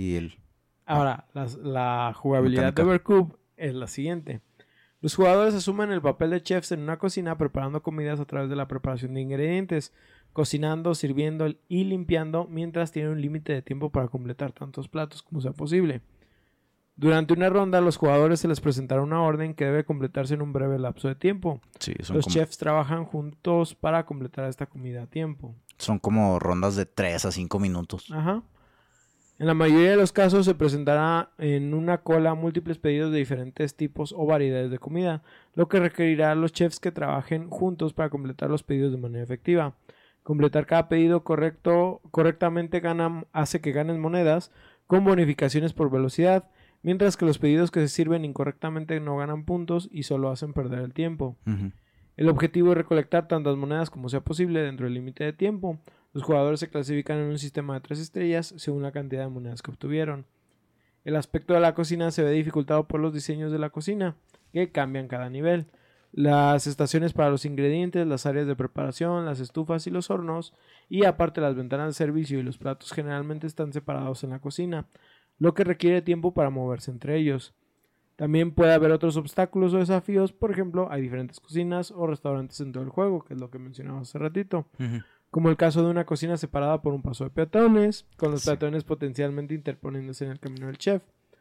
Ahora, la jugabilidad de Overcooked es la siguiente. Los jugadores asumen el papel de chefs en una cocina preparando comidas a través de la preparación de ingredientes, cocinando, sirviendo y limpiando mientras tienen un límite de tiempo para completar tantos platos como sea posible. Durante una ronda, a los jugadores se les presentará una orden que debe completarse en un breve lapso de tiempo. Los chefs trabajan juntos para completar esta comida a tiempo. Son como rondas de 3 a 5 minutos. Ajá. En la mayoría de los casos se presentará en una cola múltiples pedidos de diferentes tipos o variedades de comida, lo que requerirá a los chefs que trabajen juntos para completar los pedidos de manera efectiva. Completar cada pedido correctamente hace que ganen monedas con bonificaciones por velocidad, mientras que los pedidos que se sirven incorrectamente no ganan puntos y solo hacen perder el tiempo. El objetivo es recolectar tantas monedas como sea posible dentro del límite de tiempo. Los jugadores se clasifican en un sistema de 3 estrellas según la cantidad de monedas que obtuvieron. El aspecto de la cocina se ve dificultado por los diseños de la cocina, que cambian cada nivel. Las estaciones para los ingredientes, las áreas de preparación, las estufas y los hornos, y aparte las ventanas de servicio y los platos generalmente están separados en la cocina, lo que requiere tiempo para moverse entre ellos. También puede haber otros obstáculos o desafíos, por ejemplo, hay diferentes cocinas o restaurantes en todo el juego, que es lo que mencionaba hace ratito. Como el caso de una cocina separada por un paso de peatones, con los peatones potencialmente interponiéndose en el camino del chef.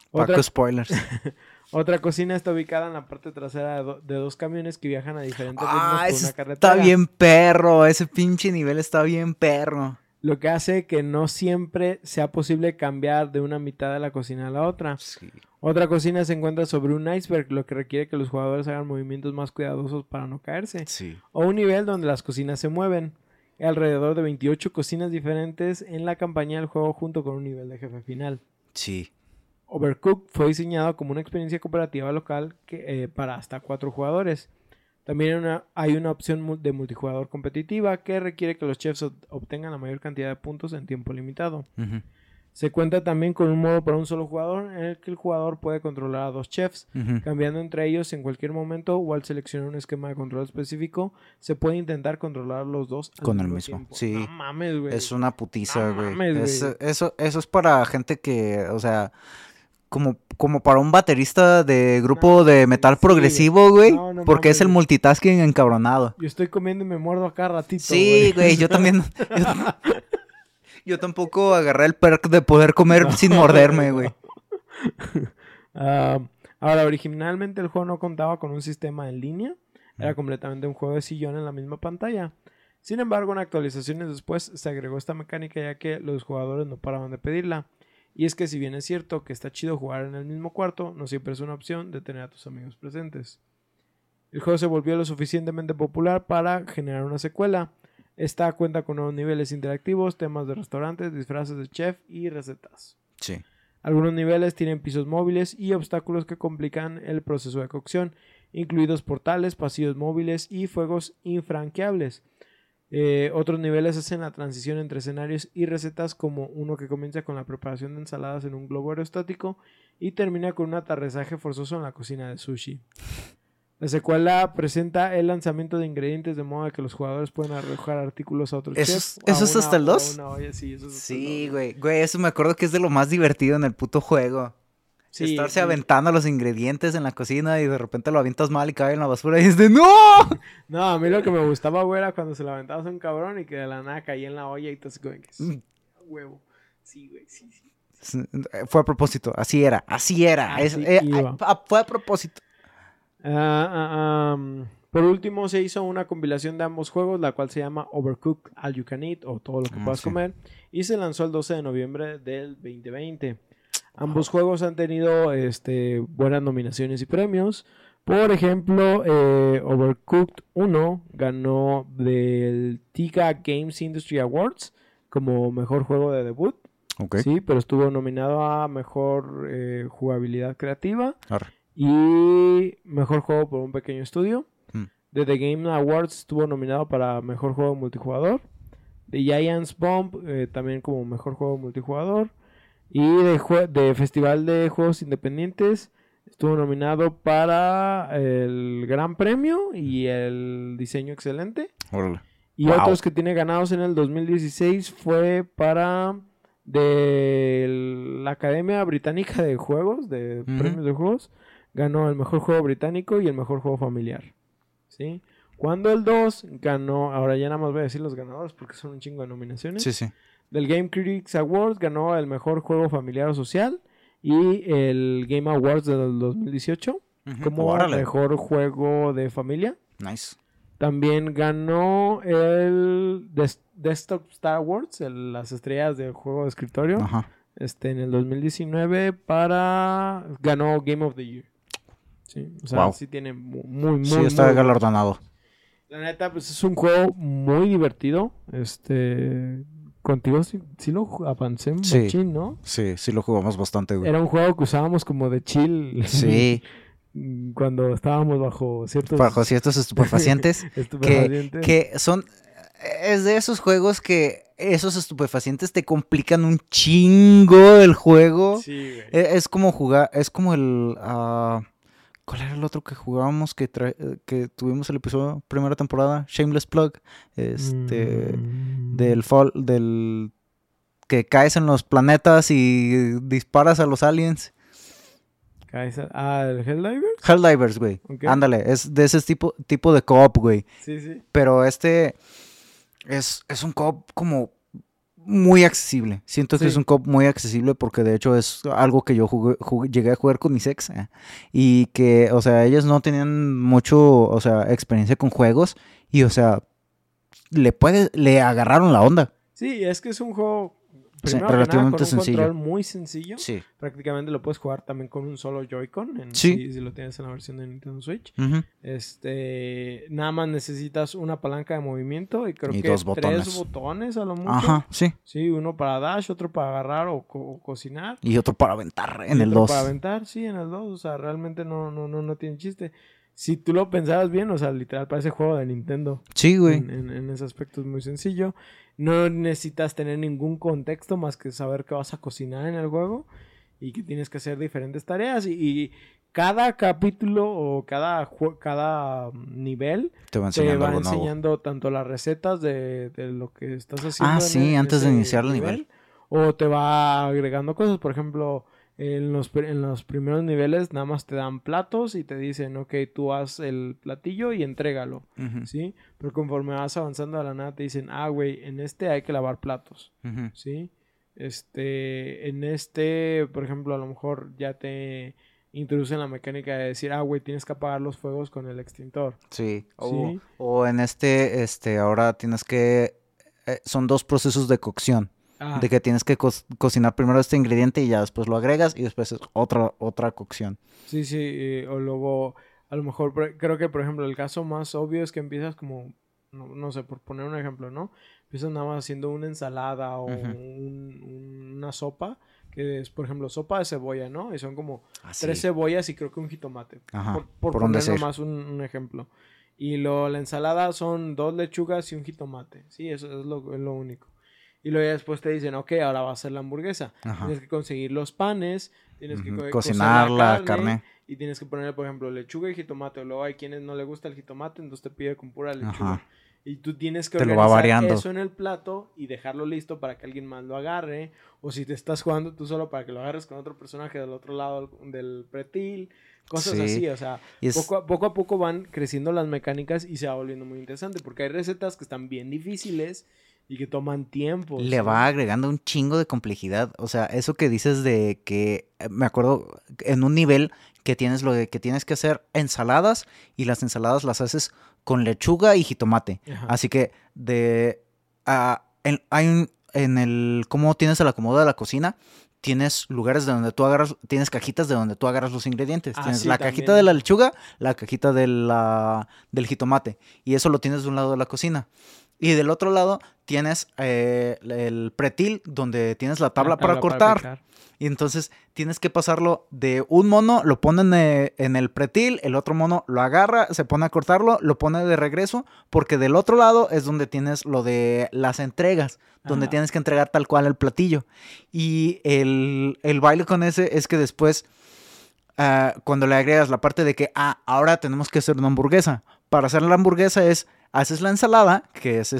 Paco spoilers. Otra cocina está ubicada en la parte trasera de dos camiones que viajan a diferentes ritmos por una Está carretera. bien perro. Ese pinche nivel está bien perro. Lo que hace que no siempre sea posible cambiar de una mitad de la cocina a la otra. Sí. Otra cocina se encuentra sobre un iceberg, lo que requiere que los jugadores hagan movimientos más cuidadosos para no caerse. Sí. O un nivel donde las cocinas se mueven. Hay alrededor de 28 cocinas diferentes en la campaña del juego junto con un nivel de jefe final. Sí. Overcooked fue diseñado como una experiencia cooperativa local para hasta 4 jugadores. También hay una opción de multijugador competitiva que requiere que los chefs obtengan la mayor cantidad de puntos en tiempo limitado. Uh-huh. Se cuenta también con un modo para un solo jugador en el que el jugador puede controlar a 2 chefs, Uh-huh. cambiando entre ellos en cualquier momento o al seleccionar un esquema de control específico, se puede intentar controlar los dos al Con el mismo. tiempo. Sí. No mames, güey. Es una putiza, No güey. mames, güey. Eso es para gente que, o sea, como para un baterista de grupo No, de metal sí, progresivo, güey. No, no porque mames, es el güey. multitasking encabronado. Yo estoy comiendo y me muerdo acá ratito, Sí, güey, yo también. Yo tampoco agarré el perk de poder comer No, sin morderme, güey. Ahora, originalmente el juego no contaba con un sistema en línea. Era completamente un juego de sillón en la misma pantalla. Sin embargo, en actualizaciones después se agregó esta mecánica ya que los jugadores no paraban de pedirla. Y es que si bien es cierto que está chido jugar en el mismo cuarto, no siempre es una opción de tener a tus amigos presentes. El juego se volvió lo suficientemente popular para generar una secuela. Esta cuenta con nuevos niveles interactivos, temas de restaurantes, disfraces de chef y recetas. Sí. Algunos niveles tienen pisos móviles y obstáculos que complican el proceso de cocción, incluidos portales, pasillos móviles y fuegos infranqueables. Otros niveles hacen la transición entre escenarios y recetas, como uno que comienza con la preparación de ensaladas en un globo aerostático y termina con un aterrizaje forzoso en la cocina de sushi. La secuela presenta el lanzamiento de ingredientes de modo que los jugadores pueden arrojar artículos a otros chefs. ¿Eso es hasta el 2? Sí, eso es hasta el Sí, 2. güey. Güey, eso me acuerdo que es de lo más divertido en el puto juego. Sí, Estarse sí. aventando los ingredientes en la cocina y de repente lo avientas mal y cae en la basura y es de ¡no! No, a mí lo que me gustaba, güey, era cuando se lo aventabas a un cabrón y que de la nada caía en la olla y todo así como que sí, huevo. Sí, güey, sí. Fue a propósito, así era. Así iba. Fue a propósito. Por último, se hizo una compilación de ambos juegos, la cual se llama Overcooked All You Can Eat, o Todo lo que puedas sí. comer, y se lanzó el 12 de noviembre del 2020. Ambos juegos han tenido buenas nominaciones y premios. Por ejemplo, Overcooked 1 ganó del TIGA Games Industry Awards como mejor juego de debut. Ok. Sí, pero estuvo nominado a mejor jugabilidad creativa Arre. y mejor juego por un pequeño estudio. Hmm. De The Game Awards estuvo nominado para mejor juego multijugador. De Giants Bomb también como mejor juego multijugador. Y de Festival de Juegos Independientes estuvo nominado para el Gran Premio y el Diseño Excelente. Órale. Y Wow. otros que tiene ganados en el 2016 fue para de la Academia Británica de Juegos, de Ujú. premios de juegos. Ganó el mejor juego británico y el mejor juego familiar. ¿Sí? Cuando el 2 ganó, ahora ya nada más voy a decir los ganadores porque son un chingo de nominaciones. Sí, sí. Del Game Critics Awards ganó el mejor juego familiar o social y el Game Awards del 2018 Ujú. como Órale. mejor juego de familia. Nice. También ganó el Desktop Star Awards, las estrellas del juego de escritorio, Ajá. en el 2019 ganó Game of the Year. Sí, o sea, Wow. sí tiene muy Sí, está muy galardonado. la neta, pues es un juego muy divertido. Contigo sí lo avancé Sí. machín, ¿no? Sí, sí lo jugamos bastante, güey. Era un juego que usábamos como de chill. Sí. Cuando estábamos bajo ciertos Bajo ciertos estupefacientes estupefacientes. que son... Es de esos juegos que esos estupefacientes te complican un chingo el juego. Sí, güey. Es como jugar... Es como el... ¿cuál era el otro que jugábamos que tuvimos el episodio primera temporada? Shameless Plug. Del que caes en los planetas y disparas a los aliens. ¿El Helldivers? Helldivers, güey. Ok. Ándale, es de ese tipo de co-op, güey. Sí, sí. Pero es un co-op como muy accesible. Siento que Sí. es un co-op muy accesible porque de hecho es algo que yo llegué a jugar con mis ex. Y que, o sea, ellos no tenían mucho, o sea, experiencia con juegos. Y, o sea, le agarraron la onda. Sí, es que es un juego, Sí, primero que nada, con relativamente un sencillo. control muy sencillo. Sí. Prácticamente lo puedes jugar también con un solo Joy-Con, Sí. si lo tienes en la versión de Nintendo Switch. Ujú. Nada más necesitas una palanca de movimiento y creo Y que 2 3 botones. botones a lo mucho. Ajá, sí. Sí, uno para dash, otro para agarrar o cocinar. Y otro para aventar Y en el otro 2. para aventar, sí, en el 2. O sea, realmente no tiene chiste. Si tú lo pensabas bien, o sea, literal parece juego de Nintendo. Sí, güey. En ese aspecto es muy sencillo. No necesitas tener ningún contexto más que saber que vas a cocinar en el juego y que tienes que hacer diferentes tareas. Y cada capítulo o cada nivel Te va te enseñando va algo nuevo. enseñando tanto las recetas de lo que estás haciendo. Ah, en sí, en antes de ese iniciar el nivel. O te va agregando cosas. Por ejemplo, en los primeros niveles nada más te dan platos y te dicen, ok, tú haz el platillo y entrégalo. Ujú, ¿Sí? Pero conforme vas avanzando a la nada te dicen, güey, en este hay que lavar platos, ujú. ¿sí? Por ejemplo, a lo mejor ya te introducen la mecánica de decir, güey, tienes que apagar los fuegos con el extintor, Sí. ¿sí? O en ahora tienes que... son 2 procesos de cocción. De que tienes que cocinar primero este ingrediente y ya después lo agregas y después es otra cocción. Sí, o luego, a lo mejor, creo que, por ejemplo, el caso más obvio es que empiezas como, no sé, por poner un ejemplo, ¿no? Empiezas nada más haciendo una ensalada o Ujú. una sopa, que es, por ejemplo, sopa de cebolla, ¿no? Y son como Así. 3 cebollas y creo que un jitomate, Ajá. por un poner decir. nomás un ejemplo. Y la ensalada son 2 lechugas y un jitomate, ¿sí? Eso es lo único. Y luego ya después te dicen, ok, ahora va a ser la hamburguesa. Ajá. Tienes que conseguir los panes, tienes que Ujú. cocer Cocinar la carne. y tienes que ponerle, por ejemplo, lechuga y jitomate. O luego hay quienes no le gusta el jitomate, entonces te pide con pura lechuga. Ajá. Y tú tienes que Te lo va organizar variando. eso en el plato y dejarlo listo para que alguien más lo agarre. O si te estás jugando tú solo para que lo agarres con otro personaje del otro lado del pretil. Cosas Sí. así, o sea, Y es- poco a poco van creciendo las mecánicas y se va volviendo muy interesante. Porque hay recetas que están bien difíciles y que toman tiempo. Le ¿sí? va agregando un chingo de complejidad. O sea, eso que dices de que, me acuerdo, en un nivel que tienes lo de que tienes que hacer ensaladas y las ensaladas las haces con lechuga y jitomate. Ajá. Así que en el cómo tienes el acomodo de la cocina, tienes lugares de donde tú agarras, tienes cajitas de donde tú agarras los ingredientes. Tienes sí, la también. cajita de la lechuga, la cajita del jitomate. Y eso lo tienes de un lado de la cocina. Y del otro lado tienes el pretil donde tienes la tabla para cortar. picar. Y entonces tienes que pasarlo de un mono, lo ponen en el pretil, el otro mono lo agarra, se pone a cortarlo, lo pone de regreso, porque del otro lado es donde tienes lo de las entregas, donde Ajá. tienes que entregar tal cual el platillo. Y el baile con ese es que después, cuando le agregas la parte de que, ahora tenemos que hacer una hamburguesa. Para hacer la hamburguesa haces la ensalada, que es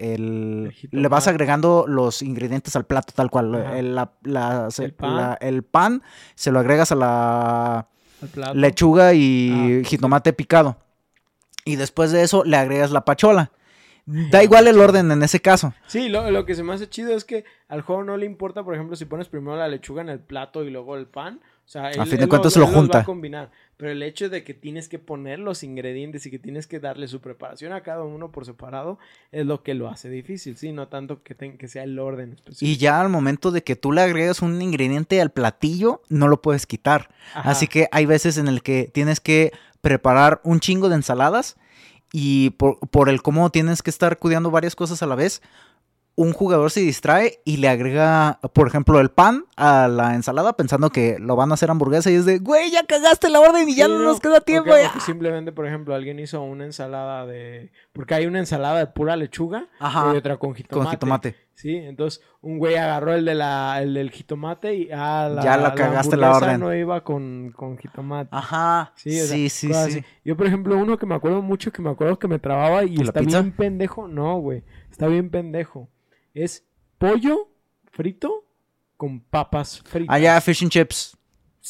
El le vas jitomate. agregando los ingredientes al plato tal cual. Ajá. El pan se lo agregas a la Al plato. lechuga y Ah, jitomate picado. Y después de eso le agregas la pachola. Da igual el orden en ese caso. Sí, lo que se me hace chido es que al juego no le importa, por ejemplo, si pones primero la lechuga en el plato y luego el pan. O sea, A fin de cuentas lo él los va junta. a combinar. Pero el hecho de que tienes que poner los ingredientes y que tienes que darle su preparación a cada uno por separado es lo que lo hace difícil, ¿sí? No tanto que sea el orden específico. Y ya al momento de que tú le agregas un ingrediente al platillo, no lo puedes quitar. Ajá. Así que hay veces en el que tienes que preparar un chingo de ensaladas y por el cómo tienes que estar cuidando varias cosas a la vez, un jugador se distrae y le agrega, por ejemplo, el pan a la ensalada pensando que lo van a hacer hamburguesa y es de, güey, ya cagaste la orden y ya Sí, no nos queda tiempo. O ya. que simplemente, por ejemplo, alguien hizo una ensalada porque hay una ensalada de pura lechuga Ajá, y otra con jitomate. con jitomate. Sí, entonces un güey agarró el del jitomate y Ya la cagaste la hamburguesa orden. no iba con jitomate. Ajá, Sí, o sea, sí. cosas así. Yo, por ejemplo, uno que me acuerdo mucho, que me trababa y ¿La está pizza? bien pendejo. No, güey, está bien pendejo. Es pollo frito con papas fritas. Ya, fish and chips. Sí,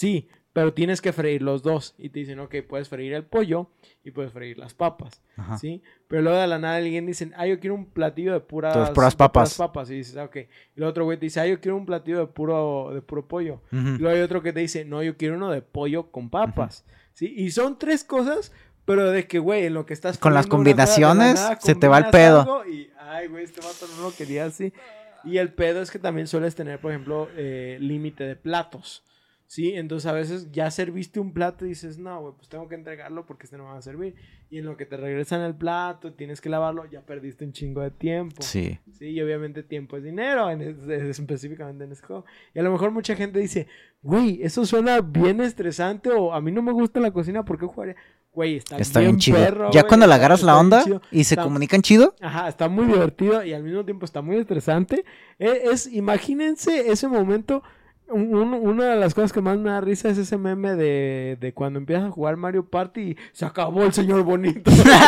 pero tienes que freír los dos. Y te dicen, ok, puedes freír el pollo y puedes freír las papas, Ajá. ¿sí? Pero luego de la nada alguien dice, yo quiero un platillo de puras papas. Y dices, ok. Y el otro güey te dice, yo quiero un platillo de puro pollo. Uh-huh. Y luego hay otro que te dice, no, yo quiero uno de pollo con papas, ¿sí? Y son 3 cosas, pero de que, güey, en lo que estás... Con las combinaciones se te va el pedo. Y, güey, este vato no lo quería así. Y el pedo es que también sueles tener, por ejemplo, límite de platos, ¿sí? Entonces a veces ya serviste un plato y dices, no, güey, pues tengo que entregarlo porque este no me va a servir. Y en lo que te regresan el plato, tienes que lavarlo, ya perdiste un chingo de tiempo. Sí. Sí, y obviamente tiempo es dinero, específicamente en este juego. Y a lo mejor mucha gente dice, güey, eso suena bien estresante o a mí no me gusta la cocina, ¿por qué jugaría? Güey, está bien chido. Perro, ya güey, cuando le agarras la onda y se está, comunican chido. Ajá, está muy divertido y al mismo tiempo está muy estresante. Imagínense ese momento. Una de las cosas que más me da risa es ese meme de cuando empiezas a jugar Mario Party y se acabó el señor bonito.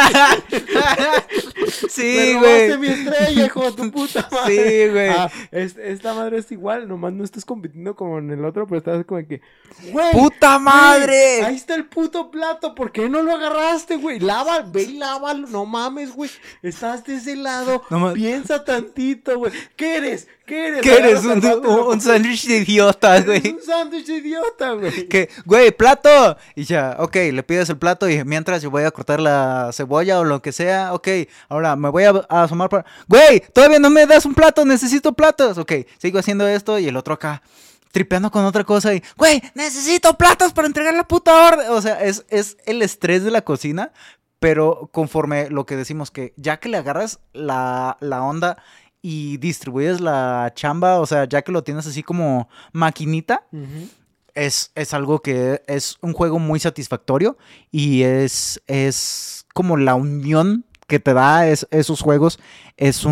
Sí, güey. Mi estrella, hijo de tu puta madre. Sí, güey. Esta madre es igual, nomás no estás compitiendo como en el otro, pero estás como que, güey. ¡Puta madre! Güey, ahí está el puto plato, ¿por qué no lo agarraste, güey? Ve y lávalo, no mames, güey. Estás de ese lado, piensa tantito, güey. ¿Qué eres? ¿Qué eres? Un sándwich de idiota, güey. Un sándwich de idiota, güey. Que, güey, plato. Y ya, ok, le pides el plato y mientras yo voy a cortar la cebolla o lo que sea, ok, ahora me voy a asomar para... Güey, todavía no me das un plato, necesito platos. Ok, sigo haciendo esto y el otro acá tripeando con otra cosa y, güey, necesito platos para entregar la puta orden. O sea, es el estrés de la cocina, pero conforme lo que decimos que ya que le agarras la onda y distribuyes la chamba, o sea, ya que lo tienes así como maquinita, uh-huh. es algo que es un juego muy satisfactorio y es como la unión que te da esos juegos, es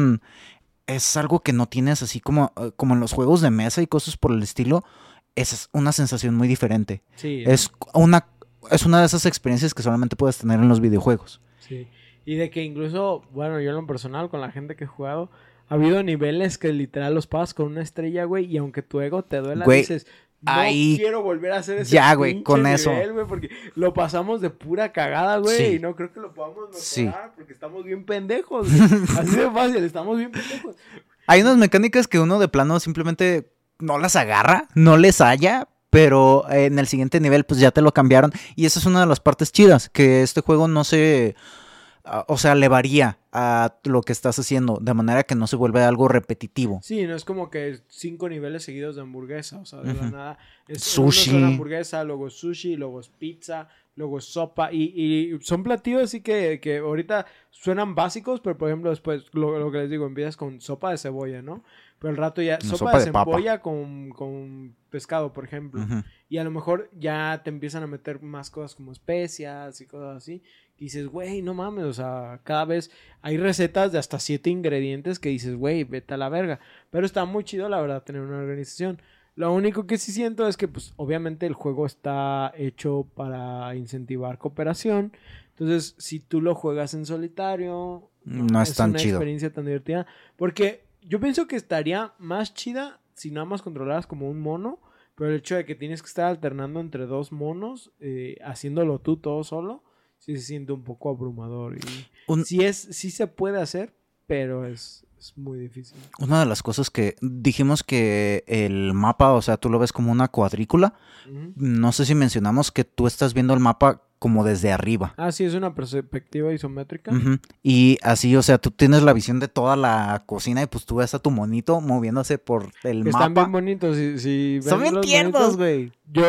algo que no tienes así como en los juegos de mesa y cosas por el estilo, es una sensación muy diferente. Sí, es una de esas experiencias que solamente puedes tener en los videojuegos. Sí. Y de que incluso, bueno, yo en lo personal, con la gente que he jugado, ha habido niveles que literal los pasas con una estrella, güey, y aunque tu ego te duela, güey, dices, no quiero volver a hacer ese ya, güey, con nivel, eso. Güey, porque lo pasamos de pura cagada, güey, sí. y no creo que lo podamos mejorar, sí. porque estamos bien pendejos, güey. Así de fácil, estamos bien pendejos. Hay unas mecánicas que uno de plano simplemente no las agarra, no les halla, pero en el siguiente nivel pues ya te lo cambiaron. Y esa es una de las partes chidas, que este juego no se... O sea, le varía a lo que estás haciendo, de manera que no se vuelve algo repetitivo. Sí, no es como que 5 niveles seguidos de hamburguesa, o sea, de la nada. Es sushi. Uno es hamburguesa, luego es sushi, luego es pizza, luego es sopa, y son platillos así que ahorita suenan básicos, pero por ejemplo después, lo que les digo, empiezas con sopa de cebolla, ¿no? Pero al rato ya, sopa de cebolla con pescado, por ejemplo. Uh-huh. Y a lo mejor ya te empiezan a meter más cosas como especias y cosas así. Y dices, güey, no mames, o sea, cada vez hay recetas de hasta 7 ingredientes que dices, güey, vete a la verga. Pero está muy chido, la verdad, tener una organización. Lo único que sí siento es que, pues, obviamente el juego está hecho para incentivar cooperación. Entonces, si tú lo juegas en solitario, no es tan chido. Es una experiencia tan divertida. Porque yo pienso que estaría más chida si nada más controlaras como un mono. Pero el hecho de que tienes que estar alternando entre 2 monos, haciéndolo tú todo solo, sí se siente un poco abrumador. Y sí se puede hacer, pero es muy difícil. Una de las cosas que dijimos que el mapa, o sea, tú lo ves como una cuadrícula. Uh-huh. No sé si mencionamos que tú estás viendo el mapa como desde arriba. Ah, sí, es una perspectiva isométrica. Uh-huh. Y así, o sea, tú tienes la visión de toda la cocina y pues tú ves a tu monito moviéndose por el mapa. Están bien bonitos. Si son bien tiernos, güey. Yo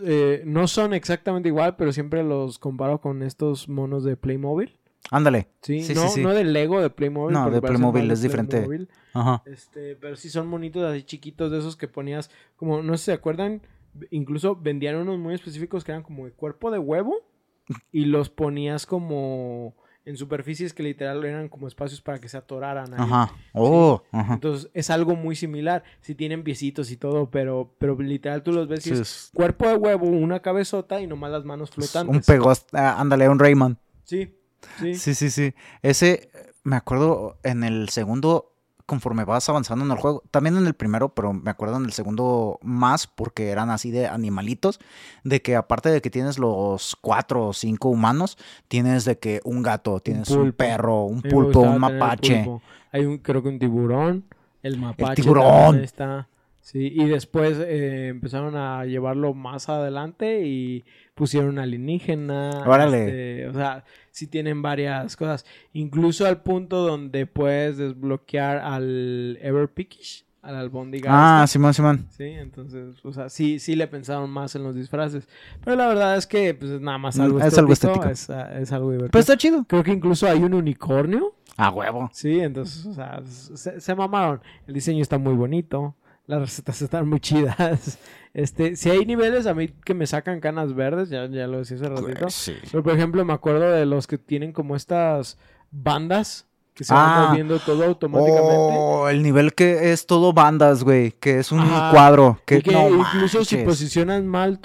no son exactamente igual, pero siempre los comparo con estos monos de Playmobil. Ándale. Sí, no de Lego, de Playmobil. No, de Playmobil es diferente. Playmobil. Ajá. Pero sí son monitos así chiquitos de esos que ponías, como, no sé si se acuerdan, incluso vendían unos muy específicos que eran como de cuerpo de huevo y los ponías como en superficies que literal eran como espacios para que se atoraran ahí. Ajá. Oh, ¿sí? Ajá. Entonces es algo muy similar. Sí tienen piecitos y todo, pero literal tú los ves y es cuerpo de huevo, una cabezota y nomás las manos flotantes. Un pegosta, ándale, un Rayman. Sí. Sí. Ese, me acuerdo en el segundo, conforme vas avanzando en el juego. También en el primero, pero me acuerdo en el segundo más, porque eran así de animalitos, de que aparte de que tienes los 4 o 5 humanos, tienes de que un gato, tienes un perro, un pulpo, un mapache. Hay creo que un tiburón, el mapache el tiburón está. Sí, y después empezaron a llevarlo más adelante y pusieron alienígena. Órale. O sea, sí tienen varias cosas. Incluso al punto donde puedes desbloquear al Everpickish, al albóndiga. Simón. Sí, entonces, o sea, sí le pensaron más en los disfraces. Pero la verdad es que pues, es nada más algo estético. Es algo divertido. Pues está chido. Creo que incluso hay un unicornio. Huevo. Sí, entonces, o sea, se mamaron. El diseño está muy bonito. Las recetas están muy chidas. Si hay niveles a mí que me sacan canas verdes, ya lo decía hace ratito. Sí. Pero por ejemplo, me acuerdo de los que tienen como estas bandas que se van moviendo todo automáticamente. El nivel que es todo bandas, güey, que es un cuadro. Que incluso si posicionas mal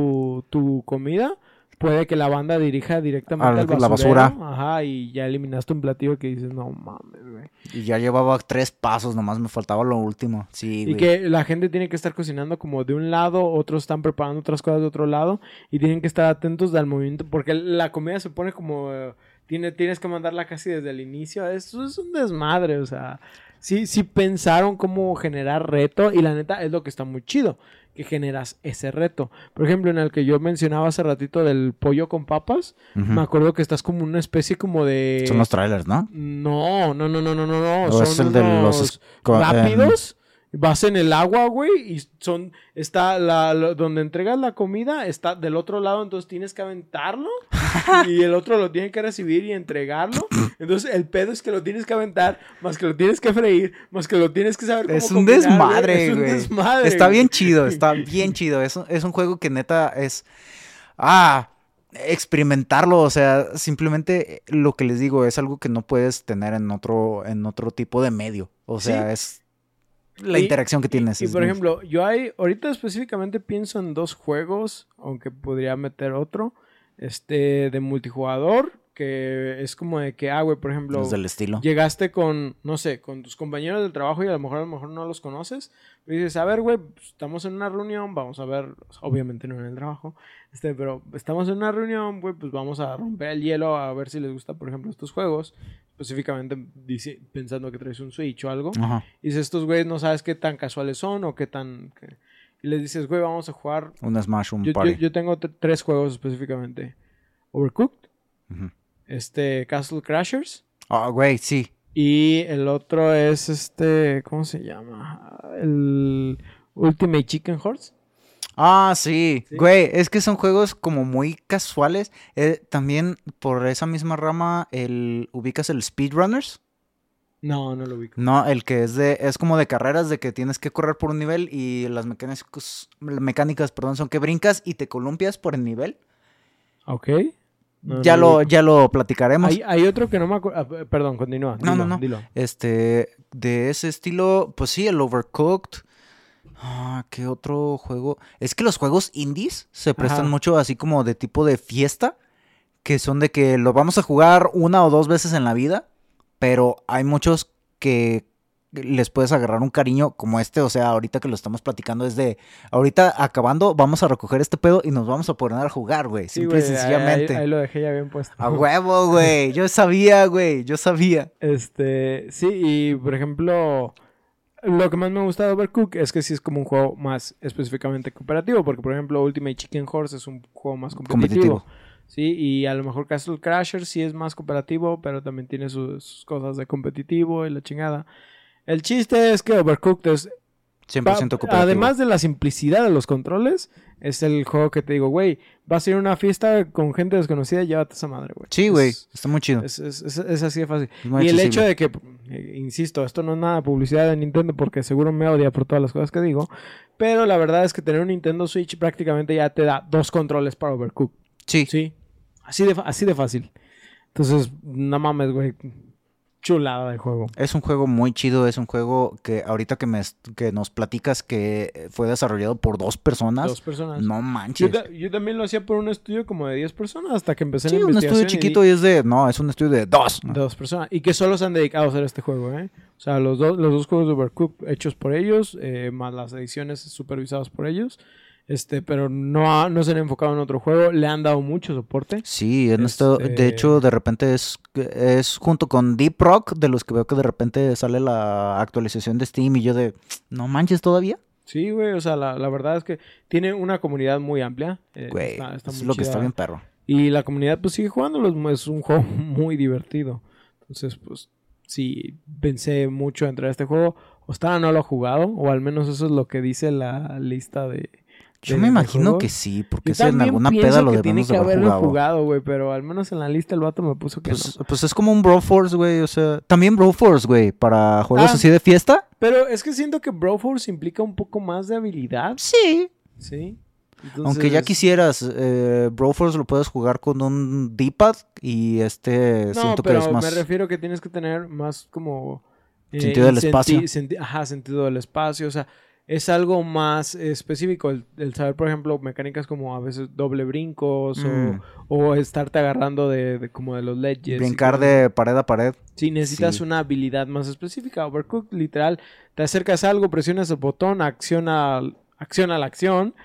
tu comida, puede que la banda dirija directamente al basurero. La basura. Ajá, y ya eliminaste un platillo que dices, no mames, güey. Y ya llevaba 3 pasos, nomás me faltaba lo último. Sí, y que la gente tiene que estar cocinando como de un lado, otros están preparando otras cosas de otro lado, y tienen que estar atentos al movimiento, porque la comida se pone como... tienes que mandarla casi desde el inicio. Eso es un desmadre, o sea... Sí pensaron cómo generar reto, y la neta es lo que está muy chido, que generas ese reto. Por ejemplo, en el que yo mencionaba hace ratito del pollo con papas, me acuerdo que estás como una especie como de... Son los trailers, ¿no? No. Son es el de los rápidos. Vas en el agua, güey, y está donde entregas la comida, está del otro lado, entonces tienes que aventarlo y el otro lo tiene que recibir y entregarlo. Entonces el pedo es que lo tienes que aventar, más que lo tienes que freír, más que lo tienes que saber cómo es un desmadre, güey. Está bien chido, está bien chido. Es un juego que neta es... experimentarlo, o sea, simplemente lo que les digo es algo que no puedes tener en otro tipo de medio. O sea, es... la interacción que tienes. Y por ejemplo, ahorita específicamente pienso en 2 juegos, aunque podría meter otro, de multijugador, que es como de que, güey, por ejemplo, es del estilo. Llegaste con, no sé, con tus compañeros del trabajo y a lo mejor no los conoces, y dices, a ver, güey, pues, estamos en una reunión, vamos a ver, obviamente no en el trabajo, pero estamos en una reunión, güey, pues vamos a romper el hielo a ver si les gusta, por ejemplo, estos juegos, específicamente pensando que traes un Switch o algo. Ajá. Y dices, estos güeyes no sabes qué tan casuales son o qué tan... Y les dices, güey, vamos a jugar... un Smash, Party. Yo tengo 3 juegos específicamente. Overcooked. Castle Crashers. Güey, sí. Y el otro es ¿cómo se llama? El Ultimate Chicken Horse. Sí. Güey, es que son juegos como muy casuales. También por esa misma rama, ¿ubicas el Speedrunners? No lo ubico. No, el que es como de carreras, de que tienes que correr por un nivel y las mecánicas, son que brincas y te columpias por el nivel. Ok. Ya lo platicaremos. Hay otro que no me acuerdo. Perdón, continúa. Dilo. De ese estilo, pues sí, el Overcooked. ¿Qué otro juego? Es que los juegos indies se prestan mucho así como de tipo de fiesta, que son de que lo vamos a jugar 1 o 2 veces en la vida, pero hay muchos que les puedes agarrar un cariño como o sea, ahorita que lo estamos platicando es de, ahorita acabando, vamos a recoger este pedo y nos vamos a poner a jugar, güey, simple y sencillamente. Ahí lo dejé ya bien puesto. A huevo, güey, yo sabía, güey, yo sabía. Sí, y por ejemplo... Lo que más me gusta de Overcooked es que sí es como un juego más específicamente cooperativo, porque por ejemplo Ultimate Chicken Horse es un juego más competitivo. Sí, y a lo mejor Castle Crashers sí es más cooperativo, pero también tiene sus cosas de competitivo y la chingada. El chiste es que Overcooked es 100% cooperativo. Además de la simplicidad de los controles, es el juego que te digo, güey, vas a ir a una fiesta con gente desconocida y llévate esa madre, güey. Sí, güey, está muy chido. Es así de fácil. Y el hecho de que, insisto, esto no es nada publicidad de Nintendo porque seguro me odia por todas las cosas que digo, pero la verdad es que tener un Nintendo Switch prácticamente ya te da 2 controles para Overcooked. Sí. Así de fácil. Entonces, no mames, güey. chulada de juego. Es un juego muy chido, es un juego que ahorita que nos platicas que fue desarrollado por 2 personas. 2 personas. No manches. Yo también lo hacía por un estudio como de 10 personas hasta que empecé Sí, la un investigación. estudio chiquito y es un estudio de 2. 2 personas. Y que solo se han dedicado a hacer este juego, ¿eh? O sea, los dos juegos de Overcooked hechos por ellos, más las ediciones supervisadas por ellos. Pero no se han enfocado en otro juego. Le han dado mucho soporte. Sí, de hecho, de repente es junto con Deep Rock, de los que veo que de repente sale la actualización de Steam y yo no manches todavía. Sí, güey, o sea, la verdad es que tiene una comunidad muy amplia. Güey, está eso es muy lo que chida. está bien perro. Y la comunidad pues sigue jugándolo, es un juego muy divertido. Entonces, pues, sí, pensé mucho en entrar a este juego. Hasta no lo he jugado, o al menos eso es lo que dice la lista de... Yo me imagino que sí, porque Yo en alguna peda lo debemos de haber jugado, güey, pero al menos en la lista el vato me puso que pues, no. Pues es como un Broforce, güey, o sea, también Broforce, güey, para juegos así de fiesta. Pero es que siento que Broforce implica un poco más de habilidad. Sí. Sí. Entonces... Aunque ya quisieras, Broforce lo puedes jugar con un D-pad y siento que es más... me refiero que tienes que tener más como... sentido del espacio. Sentido del espacio, o sea... Es algo más específico el saber, por ejemplo, mecánicas como a veces doble brincos o estarte agarrando de como de los ledges. Brincar de pared a pared. Sí, necesitas una habilidad más específica. Overcooked, literal, te acercas a algo, presionas el botón, acciona la acción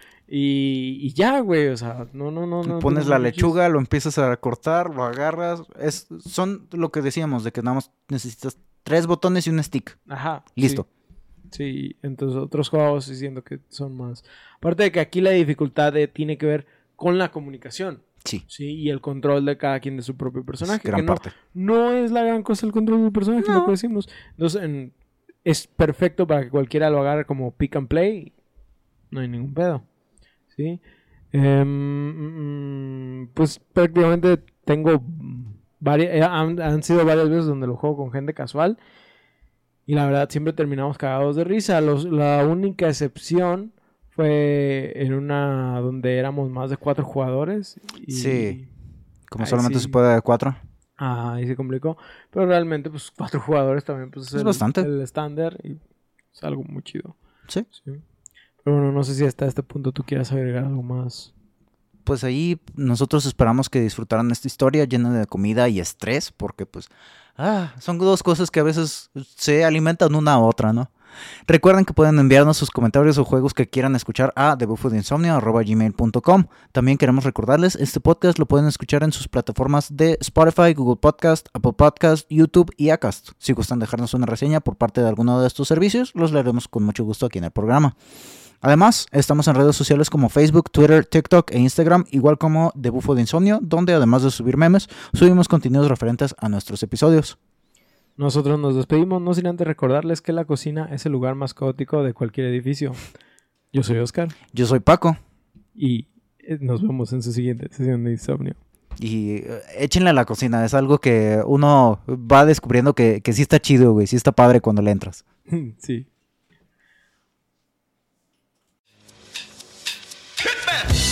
y ya, güey, o sea, no. Pones la lechuga, lo empiezas a cortar, lo agarras. Son lo que decíamos, de que nada más necesitas 3 botones y un stick. Ajá. Listo. Sí, entonces otros juegos diciendo que son más... Aparte de que aquí la dificultad tiene que ver con la comunicación. Sí. Y el control de cada quien de su propio personaje. Es gran parte. No es la gran cosa el control del personaje, lo que decimos. Entonces es perfecto para que cualquiera lo agarre como pick and play. No hay ningún pedo. ¿Sí? Pues prácticamente tengo han sido varias veces donde lo juego con gente casual. Y la verdad, siempre terminamos cagados de risa. La única excepción fue en una donde éramos más de 4 jugadores. Sí. Como solamente se puede de 4. Ahí se complicó. Pero realmente, pues 4 jugadores también pues, es bastante. El estándar. Y es algo muy chido. Sí. Pero bueno, no sé si hasta este punto tú quieras agregar algo más. Pues ahí nosotros esperamos que disfrutaran esta historia llena de comida y estrés. Porque pues... son 2 cosas que a veces se alimentan una a otra, ¿no? Recuerden que pueden enviarnos sus comentarios o juegos que quieran escuchar a thebuffoodinsomnio@gmail.com. También queremos recordarles, este podcast lo pueden escuchar en sus plataformas de Spotify, Google Podcast, Apple Podcast, YouTube y Acast. Si gustan dejarnos una reseña por parte de alguno de estos servicios, los leeremos con mucho gusto aquí en el programa. Además, estamos en redes sociales como Facebook, Twitter, TikTok e Instagram, igual como The Bufo de Insomnio, donde además de subir memes, subimos contenidos referentes a nuestros episodios. Nosotros nos despedimos, no sin antes recordarles que la cocina es el lugar más caótico de cualquier edificio. Yo soy Oscar. Yo soy Paco. Y nos vemos en su siguiente sesión de Insomnio. Y échenle a la cocina, es algo que uno va descubriendo que sí está chido, güey, sí está padre cuando le entras. Sí.